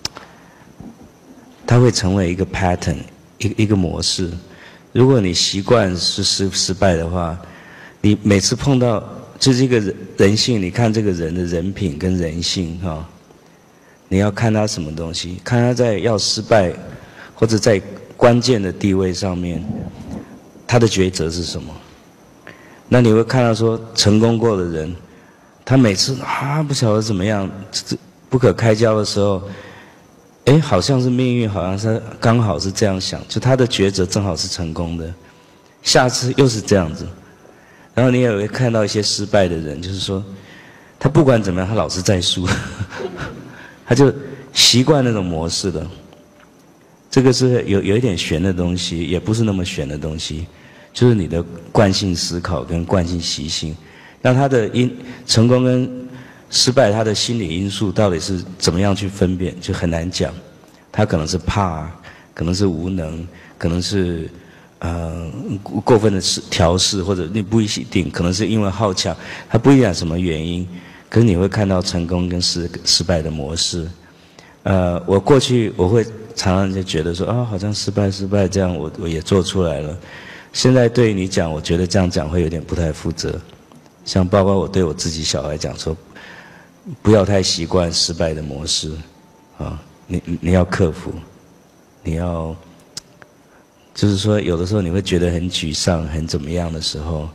它会成为一个 pattern， 一一个模式。如果你习惯是失失败的话，你每次碰到就是一个人人性，你看这个人的人品跟人性哈，你要看他什么东西，看他在要失败或者在关键的地位上面。他的抉择是什么？那你会看到说，成功过的人，他每次啊不晓得怎么样，不可开交的时候，哎，好像是命运，好像是刚好是这样想，就他的抉择正好是成功的，下次又是这样子。然后你也会看到一些失败的人，就是说，他不管怎么样，他老是在输，他就习惯那种模式了。这个是有有一点玄的东西，也不是那么玄的东西，就是你的惯性思考跟惯性习性，让他的因成功跟失败，他的心理因素到底是怎么样去分辨，就很难讲。他可能是怕，可能是无能，可能是呃过分的调试，或者你不一定，可能是因为好强，他不一定什么原因，可是你会看到成功跟失失败的模式。呃，我过去我会。常常就觉得说啊，好像失败失败这样我，我我也做出来了。现在对你讲，我觉得这样讲会有点不太负责。像包括我对我自己小孩讲说，不要太习惯失败的模式，啊，你你要克服，你要，就是说有的时候你会觉得很沮丧、很怎么样的时候，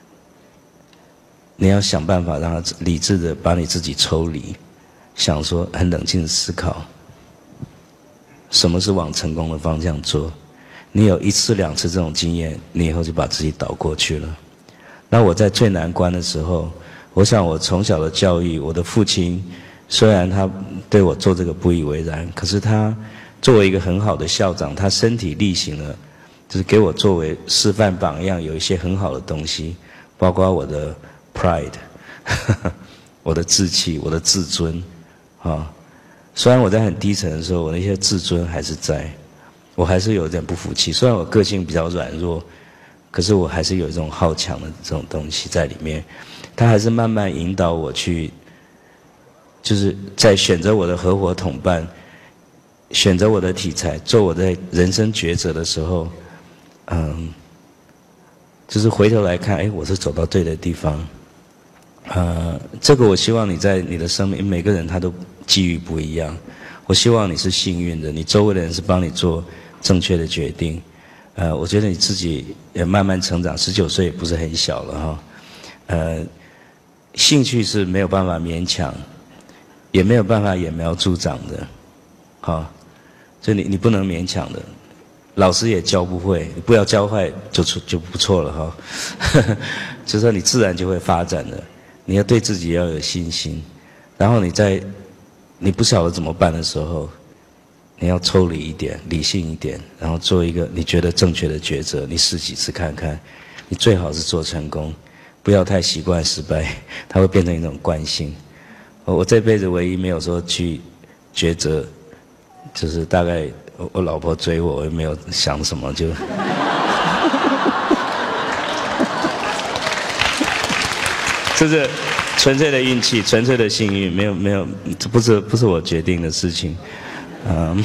你要想办法让他理智的把你自己抽离，想说很冷静的思考。什么是往成功的方向做？ 你有一次两次这种经验，你以后就把自己倒过去了。那我在最难关的时候，我想我从小的教育，我的父亲虽然他对我做这个不以为然，可是他作为一个很好的校长，他身体力行了，就是给我作为示范榜样，有一些很好的东西，包括我的 pride， 我的志气，我的自尊，啊，虽然我在很低沉的时候，我那些自尊还是在，我还是有点不服气。虽然我个性比较软弱，可是我还是有一种好强的这种东西在里面。他还是慢慢引导我去，就是在选择我的合伙同伴，选择我的题材，做我的人生抉择的时候，嗯，就是回头来看，哎，我是走到对的地方。呃，这个我希望你在你的生命，每个人他都机遇不一样。我希望你是幸运的，你周围的人是帮你做正确的决定。呃，我觉得你自己也慢慢成长，十九岁也不是很小了哈。呃，兴趣是没有办法勉强，也没有办法揠苗助长的，好，所以你你不能勉强的。老师也教不会，不要教坏就就不错了哈。就是说你自然就会发展的。你要对自己要有信心，然后你在你不晓得怎么办的时候，你要抽离一点，理性一点，然后做一个你觉得正确的抉择。你试几次看看，你最好是做成功，不要太习惯失败，它会变成一种惯性。我这辈子唯一没有说去抉择，就是大概我我老婆追我，我也没有想什么就。这是纯粹的运气，纯粹的幸运，没有没有，这不是不是我决定的事情，嗯。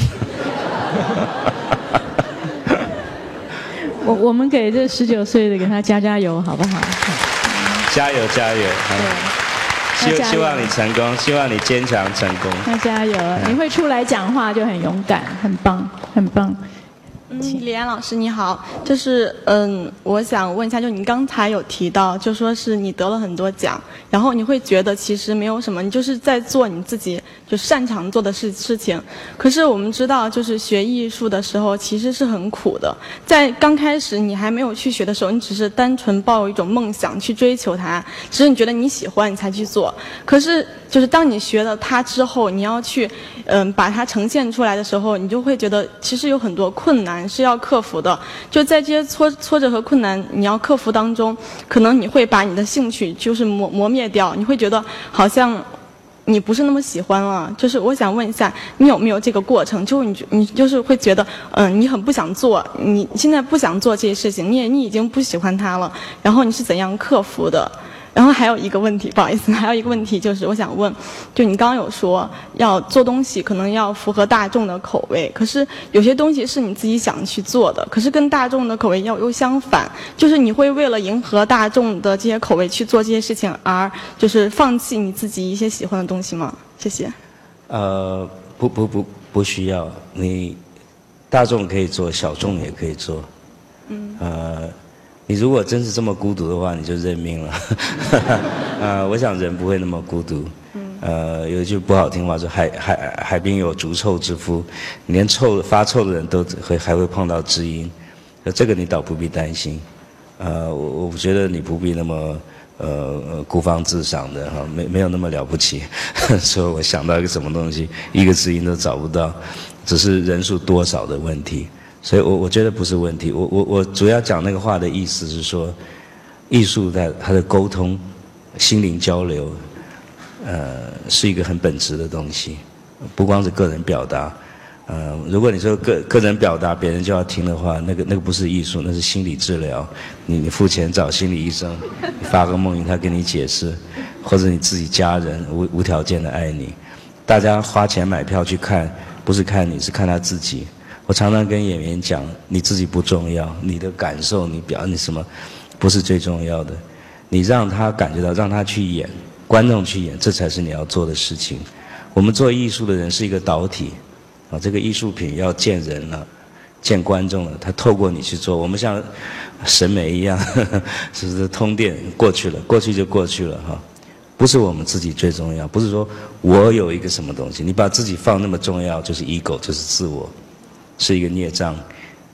我我们给这十九岁的给他加加油，好不好？ 加油加油！希希望你成功，希望你坚强成功。 那加油！你会出来讲话就很勇敢，很棒，很棒。 嗯，李安老师你好，就是嗯，我想问一下，就你刚才有提到，就说是你得了很多奖，然后你会觉得其实没有什么，你就是在做你自己就擅长做的事事情。可是我们知道，就是学艺术的时候其实是很苦的，在刚开始你还没有去学的时候，你只是单纯抱有一种梦想去追求它，只是你觉得你喜欢你才去做。可是就是当你学了它之后，你要去嗯把它呈现出来的时候，你就会觉得其实有很多困难是要克服的。就在这些挫挫折和困难你要克服当中，可能你会把你的兴趣就是磨磨灭掉，你会觉得好像你不是那么喜欢了。就是我想问一下，你有没有这个过程？就是你你就是会觉得嗯你很不想做，你现在不想做这些事情，你也你已经不喜欢它了，然后你是怎样克服的？然后还有一个问题，不好意思，还有一个问题就是我想问，就你刚刚有说要做东西可能要符合大众的口味，可是有些东西是你自己想去做的，可是跟大众的口味要又相反，就是你会为了迎合大众的这些口味去做这些事情，而就是放弃你自己一些喜欢的东西吗？谢谢。 呃，不不不不需要，你大众可以做，小众也可以做。嗯。呃。你如果真是这么孤独的话，你就认命了。呃，我想人不会那么孤独。呃，有一句不好听话说海海海滨有逐臭之夫，连臭发臭的人都会还会碰到知音，这个你倒不必担心。呃，我我觉得你不必那么呃孤芳自赏的哈，没没有那么了不起。说我想到一个什么东西，一个知音都找不到，只是人数多少的问题。所以我我觉得不是问题，我我我主要讲那个话的意思是说，艺术在它的沟通、心灵交流，呃，是一个很本质的东西，不光是个人表达。呃，如果你说个个人表达别人就要听的话，那个那个不是艺术，那是心理治疗。你你付钱找心理医生，你发个梦，他跟你解释，或者你自己家人无无条件的爱你，大家花钱买票去看，不是看你，是看他自己。我常常跟演员讲，你自己不重要，你的感受，你表你什么，不是最重要的。你让他感觉到，让他去演，观众去演，这才是你要做的事情。我们做艺术的人是一个导体，啊，这个艺术品要见人了，见观众了，他透过你去做。我们像审美一样，呵呵是不是通电过去了，过去就过去了哈。不是我们自己最重要，不是说我有一个什么东西，你把自己放那么重要，就是 ego， 就是自我。是一个孽障，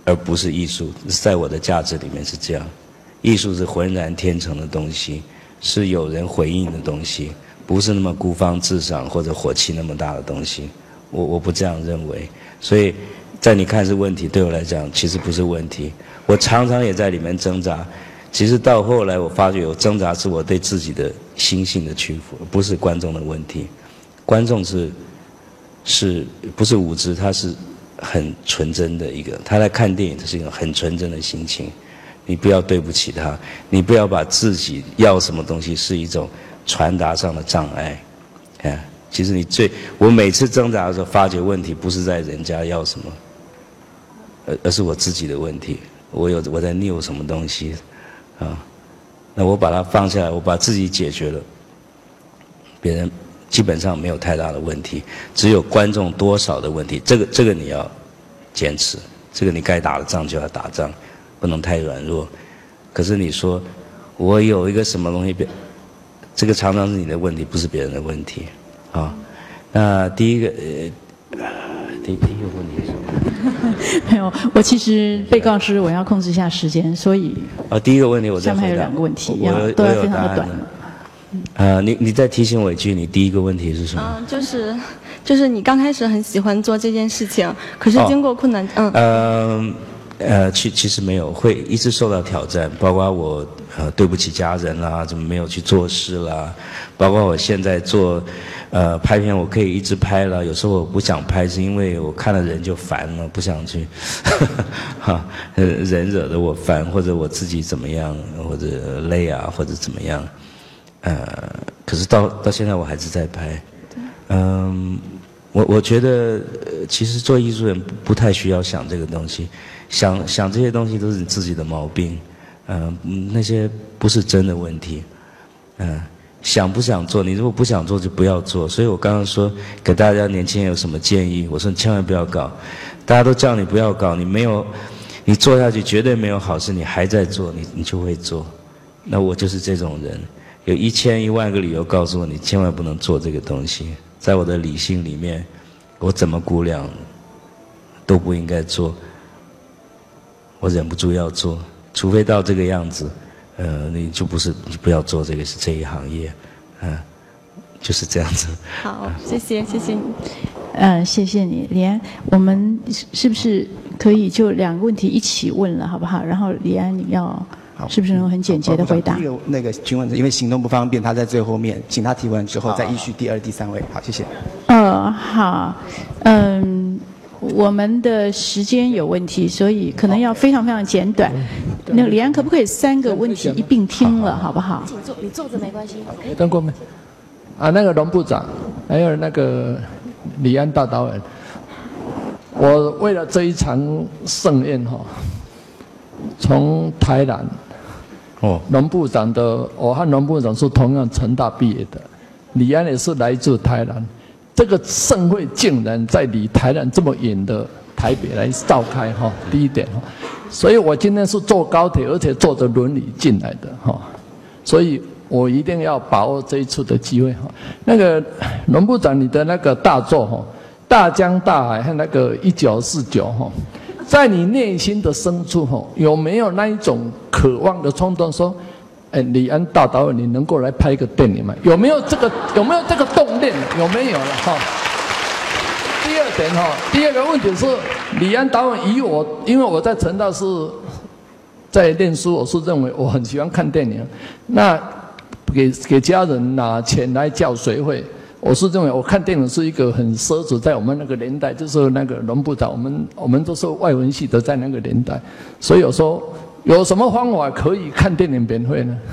而不是艺术，在我的价值里面是这样。艺术是浑然天成的东西，是有人回应的东西，不是那么孤芳自赏或者火气那么大的东西。我我不这样认为，所以在你看是问题，对我来讲其实不是问题。我常常也在里面挣扎，其实到后来我发觉有挣扎是我对自己的心性的屈服，不是观众的问题。观众是是不是无知？他是很纯真的一个，他来看电影，这是一个很纯真的心情。你不要对不起他，你不要把自己要什么东西是一种传达上的障碍。哎，其实你最我每次挣扎的时候，发觉问题不是在人家要什么，而而是我自己的问题。我有我在拗什么东西啊？那我把它放下来，我把自己解决了，别人基本上没有太大的问题，只有观众多少的问题。这个这个你要坚持，这个你该打的仗就要打仗，不能太软弱。可是你说我有一个什么东西，这个常常是你的问题，不是别人的问题啊。那第一个呃，第第一个问题是什么？ 没有，我其实被告知我要控制一下时间，所以啊，第一个问题我再回答。 下面还有两个问题， 我要都要非常的短。 呃，你你再提醒我一句，你第一个问题是什么？ 嗯，就是就是你刚开始很喜欢做这件事情，可是经过困难， 哦、嗯。呃呃，其其实没有，会一直受到挑战，包括我呃对不起家人啦，怎么没有去做事啦，包括我现在做呃拍片，我可以一直拍了，有时候我不想拍，是因为我看了人就烦了，不想去，哈，人惹得我烦，或者我自己怎么样，或者累啊，或者怎么样，呃，可是到到现在我还是在拍，嗯，我我觉得其实做艺术人不太需要想这个东西。想想这些东西都是你自己的毛病，嗯、呃，那些不是真的问题，嗯、呃，想不想做？你如果不想做就不要做。所以我刚刚说给大家年轻人有什么建议？我说你千万不要搞，大家都叫你不要搞，你没有，你做下去绝对没有好事，你还在做，你你就会做。那我就是这种人，有一千一万个理由告诉我你千万不能做这个东西，在我的理性里面，我怎么估量都不应该做。我忍不住要做，除非到这个样子，呃，你就不是，你不要做这个是这一行业，嗯、呃，就是这样子。 好，谢谢，谢谢你。 呃，谢谢你，李安，我们是不是可以就两个问题一起问了，好不好？然后李安，你要是不是能很简洁的回答？ 第一个那个询问，因为行动不方便，他在最后面，请他提问之后再依序第二、第三位。好，谢谢。 呃，好，嗯。我们的时间有问题，所以可能要非常非常简短。那个李安可不可以三个问题一并听了，好不好？ 请坐，你坐着没关系。 等过没？啊，那个龙部长，还有那个李安大导演，我为了这一场盛宴哈，从台南，哦，龙部长的，我和龙部长是同样成大毕业的，李安也是来自台南。这个盛会竟然在离台南这么远的台北来召开哈，第一点哈，所以我今天是坐高铁，而且坐着轮椅进来的哈，所以我一定要把握这一次的机会哈。那个龙部长，你的那个大作哈，大江大海和那个一九四九哈，在你内心的深处哈，有没有那一种渴望的冲动说？哎，李安大导演，你能够来拍一个电影吗？有没有这个有没有这个动念？有没有了哈？第二点哈，第二个问题是李安导演以我，因为我在成大是在念书，我是认为我很喜欢看电影，那给给家人拿钱来交学费，我是认为我看电影是一个很奢侈，在我们那个年代，就是那个龙部长，我们我们都是外文系的，在那个年代，所以我说。有什么方法可以看电影免费呢？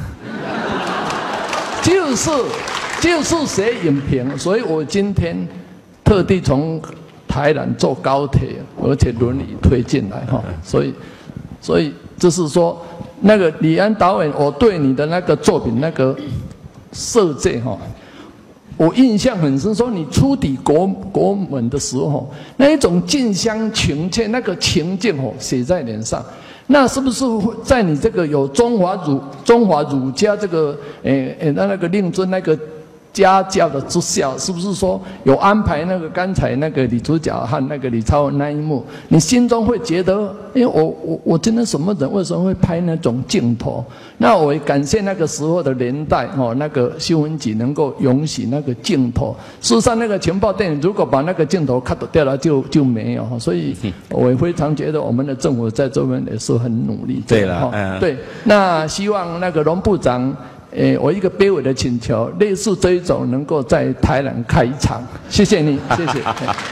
就是就是写影评，所以我今天特地从台南坐高铁，而且轮椅推进来哈，所以所以就是说，那个李安导演，我对你的那个作品那个设计哈，我印象很深，说你出抵国国门的时候，那一种近乡情切，那个情境哦，写在脸上。那是不是在你这个有中华儒中华儒家这个诶诶那那个令尊那个家教的之下，是不是说有安排那个刚才那个女主角和那个李超文那一幕，你心中会觉得，因为我我我今天什么人为什么会拍那种镜头？那我也感谢那个时候的年代哦，那个新闻局能够允许那个镜头。事实上，那个情报电影如果把那个镜头 cut 掉了，就就没有。所以我也非常觉得我们的政府在这边也是很努力。 对了，嗯， 对，那希望那个龙部长。诶，我一个卑微的请求，类似这一种能够在台南开一场，谢谢你，谢谢。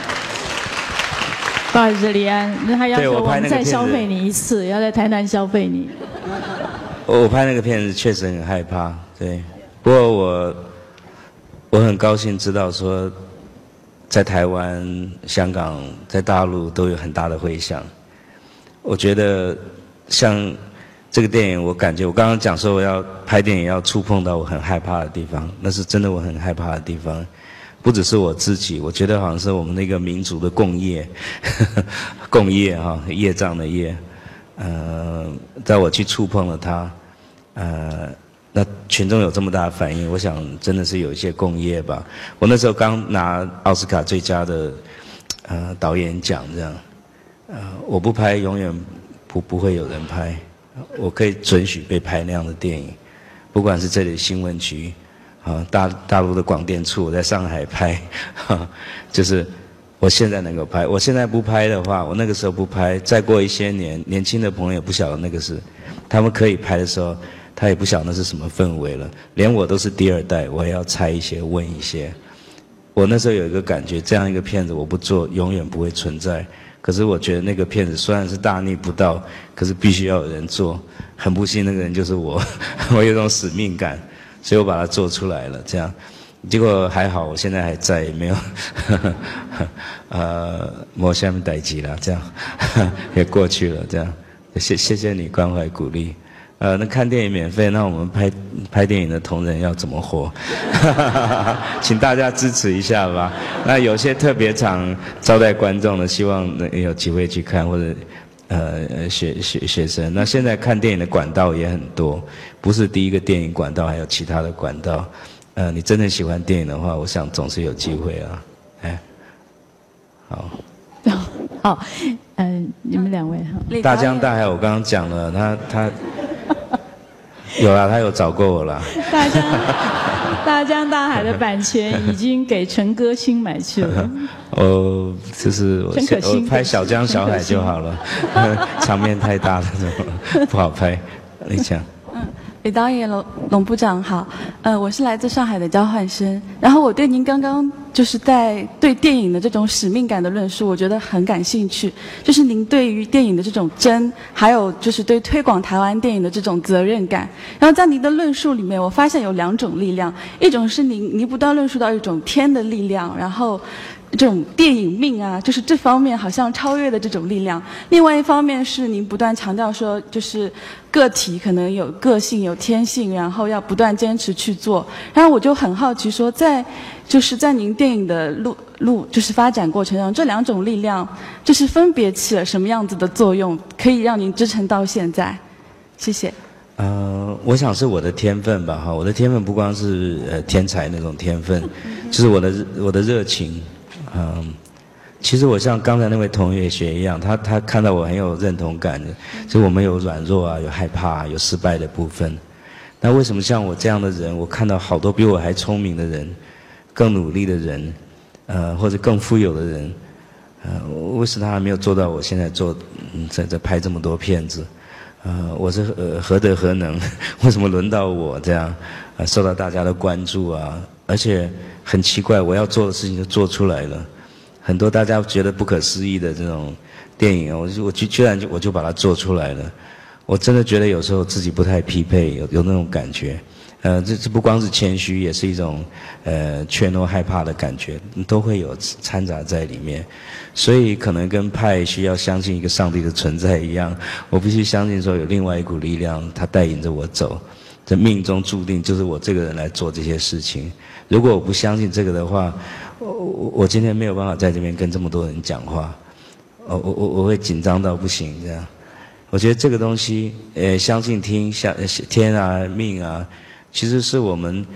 不好意思，李安，那他要求我们再消费你一次，要在台南消费你。 我拍那个片子确实很害怕，对。不过我我很高兴知道说，在台湾、香港、在大陆都有很大的回响。我觉得像。这个电影，我感觉我刚刚讲说我要拍电影要触碰到我很害怕的地方，那是真的我很害怕的地方，不只是我自己，我觉得好像是我们那个民族的共业，呵呵共业哈，业障的业，呃，在我去触碰了它，呃，那群众有这么大的反应，我想真的是有一些共业吧。我那时候刚拿奥斯卡最佳的呃导演奖，这样，呃，我不拍，永远不不会有人拍。我可以准许被拍那样的电影，不管是这里的新闻局，啊，大大陆的广电处，我在上海拍，哈，就是我现在能够拍。我现在不拍的话，我那个时候不拍，再过一些年，年轻的朋友不晓得那个是，他们可以拍的时候，他也不晓得那是什么氛围了。连我都是第二代，我也要猜一些，问一些。我那时候有一个感觉，这样一个片子我不做，永远不会存在。可是我觉得那个片子虽然是大逆不道，可是必须要有人做。很不幸那个人就是我，我有一种使命感，所以我把它做出来了。这样，结果还好，我现在还在，没有，呵呵呃，没什么代志啦，这样也过去了。这样，谢谢谢你关怀鼓励。呃，那看电影免费，那我们拍拍电影的同仁要怎么活？请大家支持一下吧。那有些特别场招待观众的，希望能有机会去看，或者呃学学学生。那现在看电影的管道也很多，不是第一个电影管道，还有其他的管道。呃，你真的喜欢电影的话，我想总是有机会啊。哎，好。 好，嗯、呃，你们两位哈。 大江大海，我刚刚讲了，他他。有啦，他有找过我啦。 大江大江大海的版权已经给陈歌辛买去了。 哦，就是我, 我拍小江小海就好了，场面太大了，不好拍。你讲。 嗯，李导演、龙龙部长好，呃，我是来自上海的交换生，然后我对您刚刚就是在对电影的这种使命感的论述，我觉得很感兴趣。就是您对于电影的这种真，还有就是对推广台湾电影的这种责任感。然后在您的论述里面，我发现有两种力量，一种是您您不断论述到一种天的力量，然后这种电影命啊，就是这方面好像超越的这种力量。另外一方面是您不断强调说，就是个体可能有个性、有天性，然后要不断坚持去做。然后我就很好奇说，在就是在您电影的路路就是发展过程中，这两种力量就是分别起了什么样子的作用，可以让您支撑到现在？谢谢。 呃，我想是我的天分吧，哈，我的天分不光是呃天才那种天分，就是我的我的热情。嗯，其实我像刚才那位同学一样，他他看到我很有认同感的，就我们有软弱啊，有害怕啊，有失败的部分。那为什么像我这样的人，我看到好多比我还聪明的人，更努力的人，呃，或者更富有的人，呃，为什么他还没有做到我现在做，嗯，在在拍这么多片子？呃，我是呃何德何能？为什么轮到我这样，呃，受到大家的关注啊？而且很奇怪，我要做的事情就做出来了，很多大家觉得不可思议的这种电影啊，我就我居居然就我就把它做出来了。我真的觉得有时候自己不太匹配，有有那种感觉。呃，这这不光是谦虚，也是一种呃怯懦害怕的感觉，都会有掺杂在里面。所以可能跟派需要相信一个上帝的存在一样，我必须相信说有另外一股力量，它带领着我走。这命中注定就是我这个人来做这些事情。如果我不相信这个的话，我我我今天没有办法在这边跟这么多人讲话，我我我我会紧张到不行这样。我觉得这个东西，呃，相信听相天啊命啊，其实是我们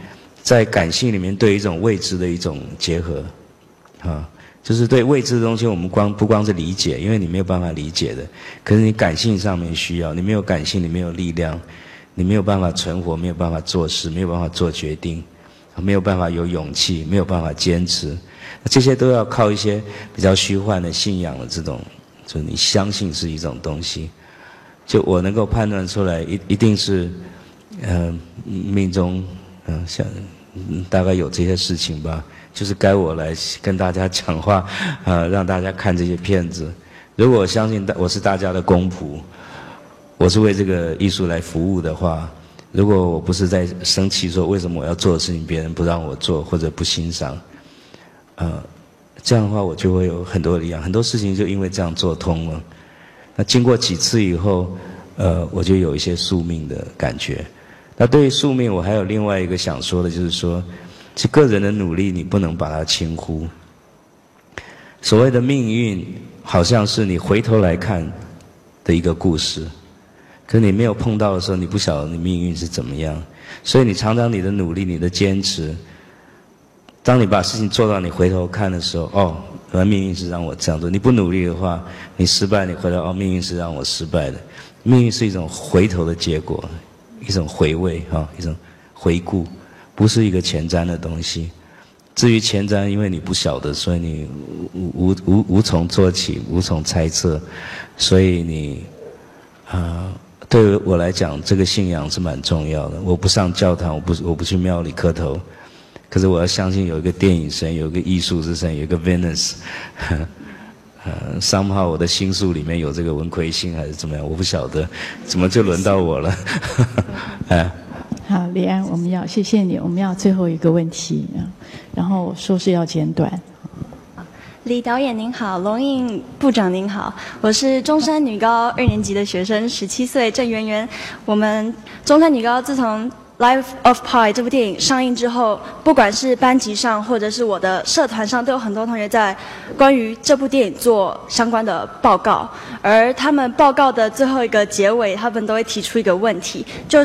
在感性里面对一种未知的一种结合，啊，就是对未知的东西，我们光不光是理解，因为你没有办法理解的，可是你感性上面需要，你没有感性，你没有力量，你没有办法存活，没有办法做事，没有办法做决定，没有办法有勇气，没有办法坚持，这些都要靠一些比较虚幻的信仰的这种，就你相信是一种东西，就我能够判断出来，一一定是，呃，命中。嗯，像嗯大概有这些事情吧，就是该我来跟大家讲话，呃，让大家看这些片子。如果我相信大我是大家的公仆，我是为这个艺术来服务的话，如果我不是在生气说为什么我要做的事情别人不让我做或者不欣赏，呃，这样的话我就会有很多力量，很多事情就因为这样做通了。那经过几次以后，呃，我就有一些宿命的感觉。那对于宿命，我还有另外一个想说的，就是说，其实个人的努力你不能把它轻忽。所谓的命运，好像是你回头来看的一个故事，可是你没有碰到的时候，你不晓得你命运是怎么样。所以你常常你的努力，你的坚持，当你把事情做到你回头看的时候，哦，原来命运是让我这样做。你不努力的话，你失败，你回头哦，命运是让我失败的。命运是一种回头的结果。一种回味哈，一种回顾，不是一个前瞻的东西。至于前瞻，因为你不晓得，所以你无无无无从做起，无从猜测，所以你啊、呃，对于我来讲，这个信仰是蛮重要的。我不上教堂，我不我不去庙里磕头，可是我要相信有一个电影神，有一个艺术之神，有一个 Venus。呃 somehow 我的星宿里面有这个文魁星还是怎么样，我不晓得，怎么就轮到我了？哎， 好，李安，我们要谢谢你，我们要最后一个问题，然后说是要简短。 李导演您好，龙应部长您好，我是中山女高二年级的学生，十七岁郑圆圆。我们中山女高自从Life of Pi 这部电影上映之后，不管是班级上或者是我的社团上，都有很多同学在关于这部电影做相关的报告。而他们报告的最后一个结尾，他们都会提出一个问题，就是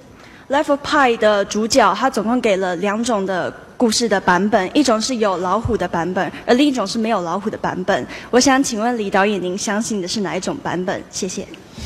Life of Pi 的主角，他总共给了两种的故事的版本，一种是有老虎的版本，而另一种是没有老虎的版本。我想请问李导演，您相信的是哪一种版本？谢谢。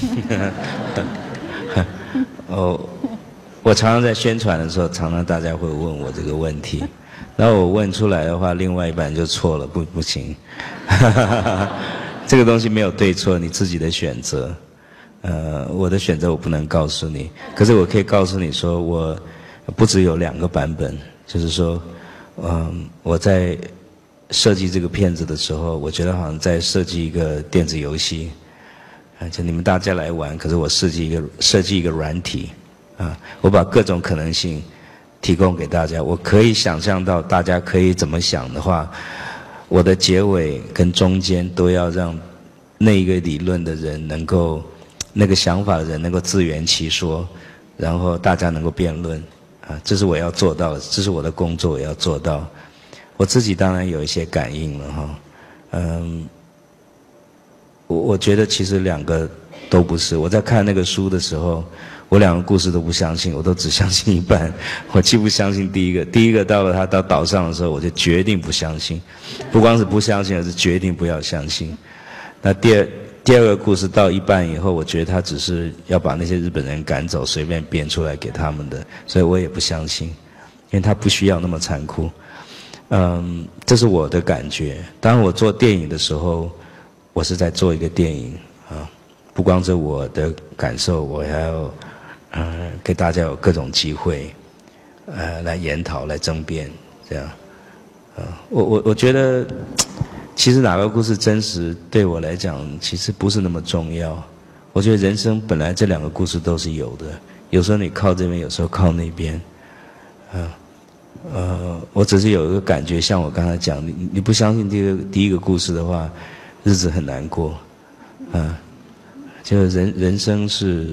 哦。我常常在宣传的时候，常常大家会问我这个问题，然后我问出来的话，另外一半就错了，不不行。这个东西没有对错，你自己的选择。呃，我的选择我不能告诉你，可是我可以告诉你说，我不只有两个版本，就是说，嗯，我在设计这个片子的时候，我觉得好像在设计一个电子游戏，啊，就你们大家来玩，可是我设计一个设计一个软体。啊，我把各种可能性提供给大家，我可以想象到大家可以怎么想的话，我的结尾跟中间都要让那一个理论的人能够，那个想法的人能够自圆其说，然后大家能够辩论，啊，这是我要做到的，这是我的工作，我要做到。我自己当然有一些感应了哈，嗯，我我觉得其实两个都不是。我在看那个书的时候。我两个故事都不相信，我都只相信一半。我既不相信第一个，第一个到了他到岛上的时候，我就决定不相信，不光是不相信，而是决定不要相信。那第二第二个故事到一半以后，我觉得他只是要把那些日本人赶走，随便编出来给他们的，所以我也不相信，因为他不需要那么残酷。嗯，这是我的感觉。当我做电影的时候，我是在做一个电影啊，不光是我的感受，我还要。呃，给大家有各种机会，呃，来研讨、来争辩，这样，呃，我我我觉得，其实哪个故事真实，对我来讲，其实不是那么重要。我觉得人生本来这两个故事都是有的，有时候你靠这边，有时候靠那边，呃，呃，我只是有一个感觉，像我刚才讲，你你不相信第一个第一个故事的话，日子很难过，啊、呃，就人人生是。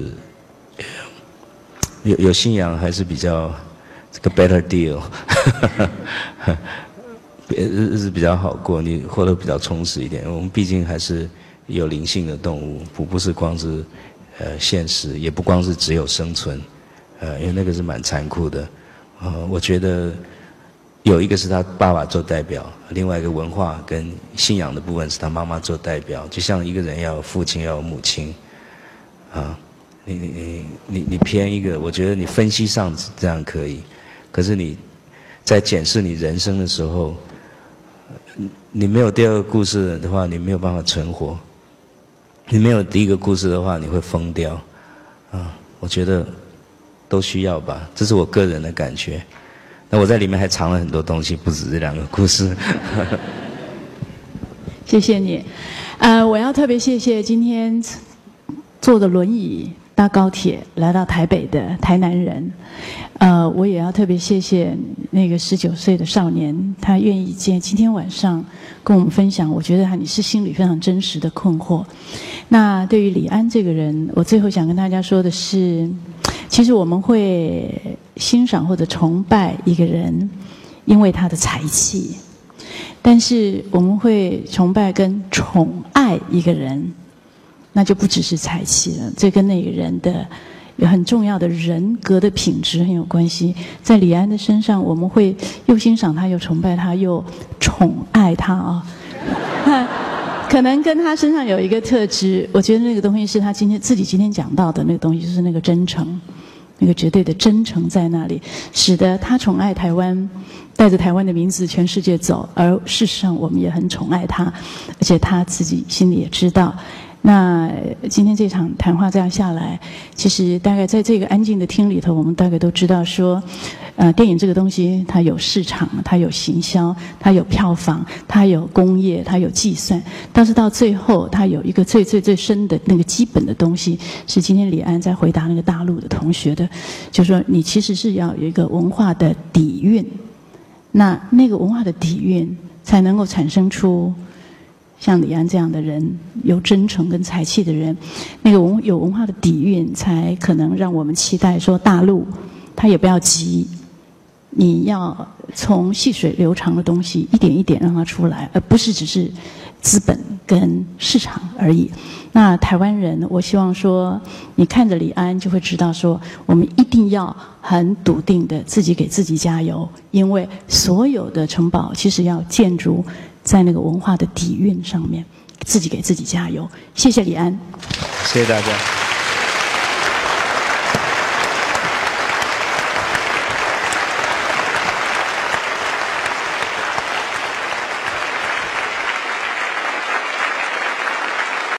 有有信仰还是比较这个 better deal， 日日子比较好过，你活得比较充实一点。我们毕竟还是有灵性的动物，不不是光是呃现实，也不光是只有生存，呃，因为那个是蛮残酷的。 呃，我觉得有一个是他爸爸做代表，另外一个文化跟信仰的部分是他妈妈做代表。就像一个人要有父亲，要有母亲，啊，你你你你你偏一个，我觉得你分析上这样可以，可是你在检视你人生的时候，你没有第二个故事的话，你没有办法存活；你没有第一个故事的话，你会疯掉。啊，我觉得都需要吧，这是我个人的感觉。那我在里面还藏了很多东西，不止这两个故事。 谢谢你，呃，我要特别谢谢今天坐的轮椅搭高铁来到台北的台南人，呃，我也要特别谢谢那个十九岁的少年，他愿意今今天晚上跟我们分享，我觉得他你是心里非常真实的困惑。那对于李安这个人，我最后想跟大家说的是，其实我们会欣赏或者崇拜一个人，因为他的才气，但是我们会崇拜跟宠爱一个人，那就不只是才气了，这跟那个人的有很重要的人格的品质很有关系。在李安的身上，我们会又欣赏他，又崇拜他，又宠爱他啊。可能跟他身上有一个特质，我觉得那个东西是他今天自己今天讲到的那个东西，就是那个真诚，那个绝对的真诚在那里，使得他宠爱台湾，带着台湾的名字全世界走，而事实上我们也很宠爱他，而且他自己心里也知道。那今天这场谈话这样下来，其实大概在这个安静的厅里头，我们大概都知道说，呃，电影这个东西它有市场，它有行销，它有票房，它有工业，它有计算，但是到最后它有一个最最最深的那个基本的东西，是今天李安在回答那个大陆的同学的，就是说你其实是要有一个文化的底蕴，那那个文化的底蕴才能够产生出像李安这样的人，有真诚跟才气的人，那个文有文化的底蕴，才可能让我们期待说大陆，他也不要急，你要从细水流长的东西一点一点让它出来，而不是只是资本跟市场而已。那台湾人，我希望说，你看着李安就会知道说，我们一定要很笃定的自己给自己加油，因为所有的城堡其实要建筑在那个文化的底蕴上面，自己给自己加油。谢谢李安， 谢谢大家。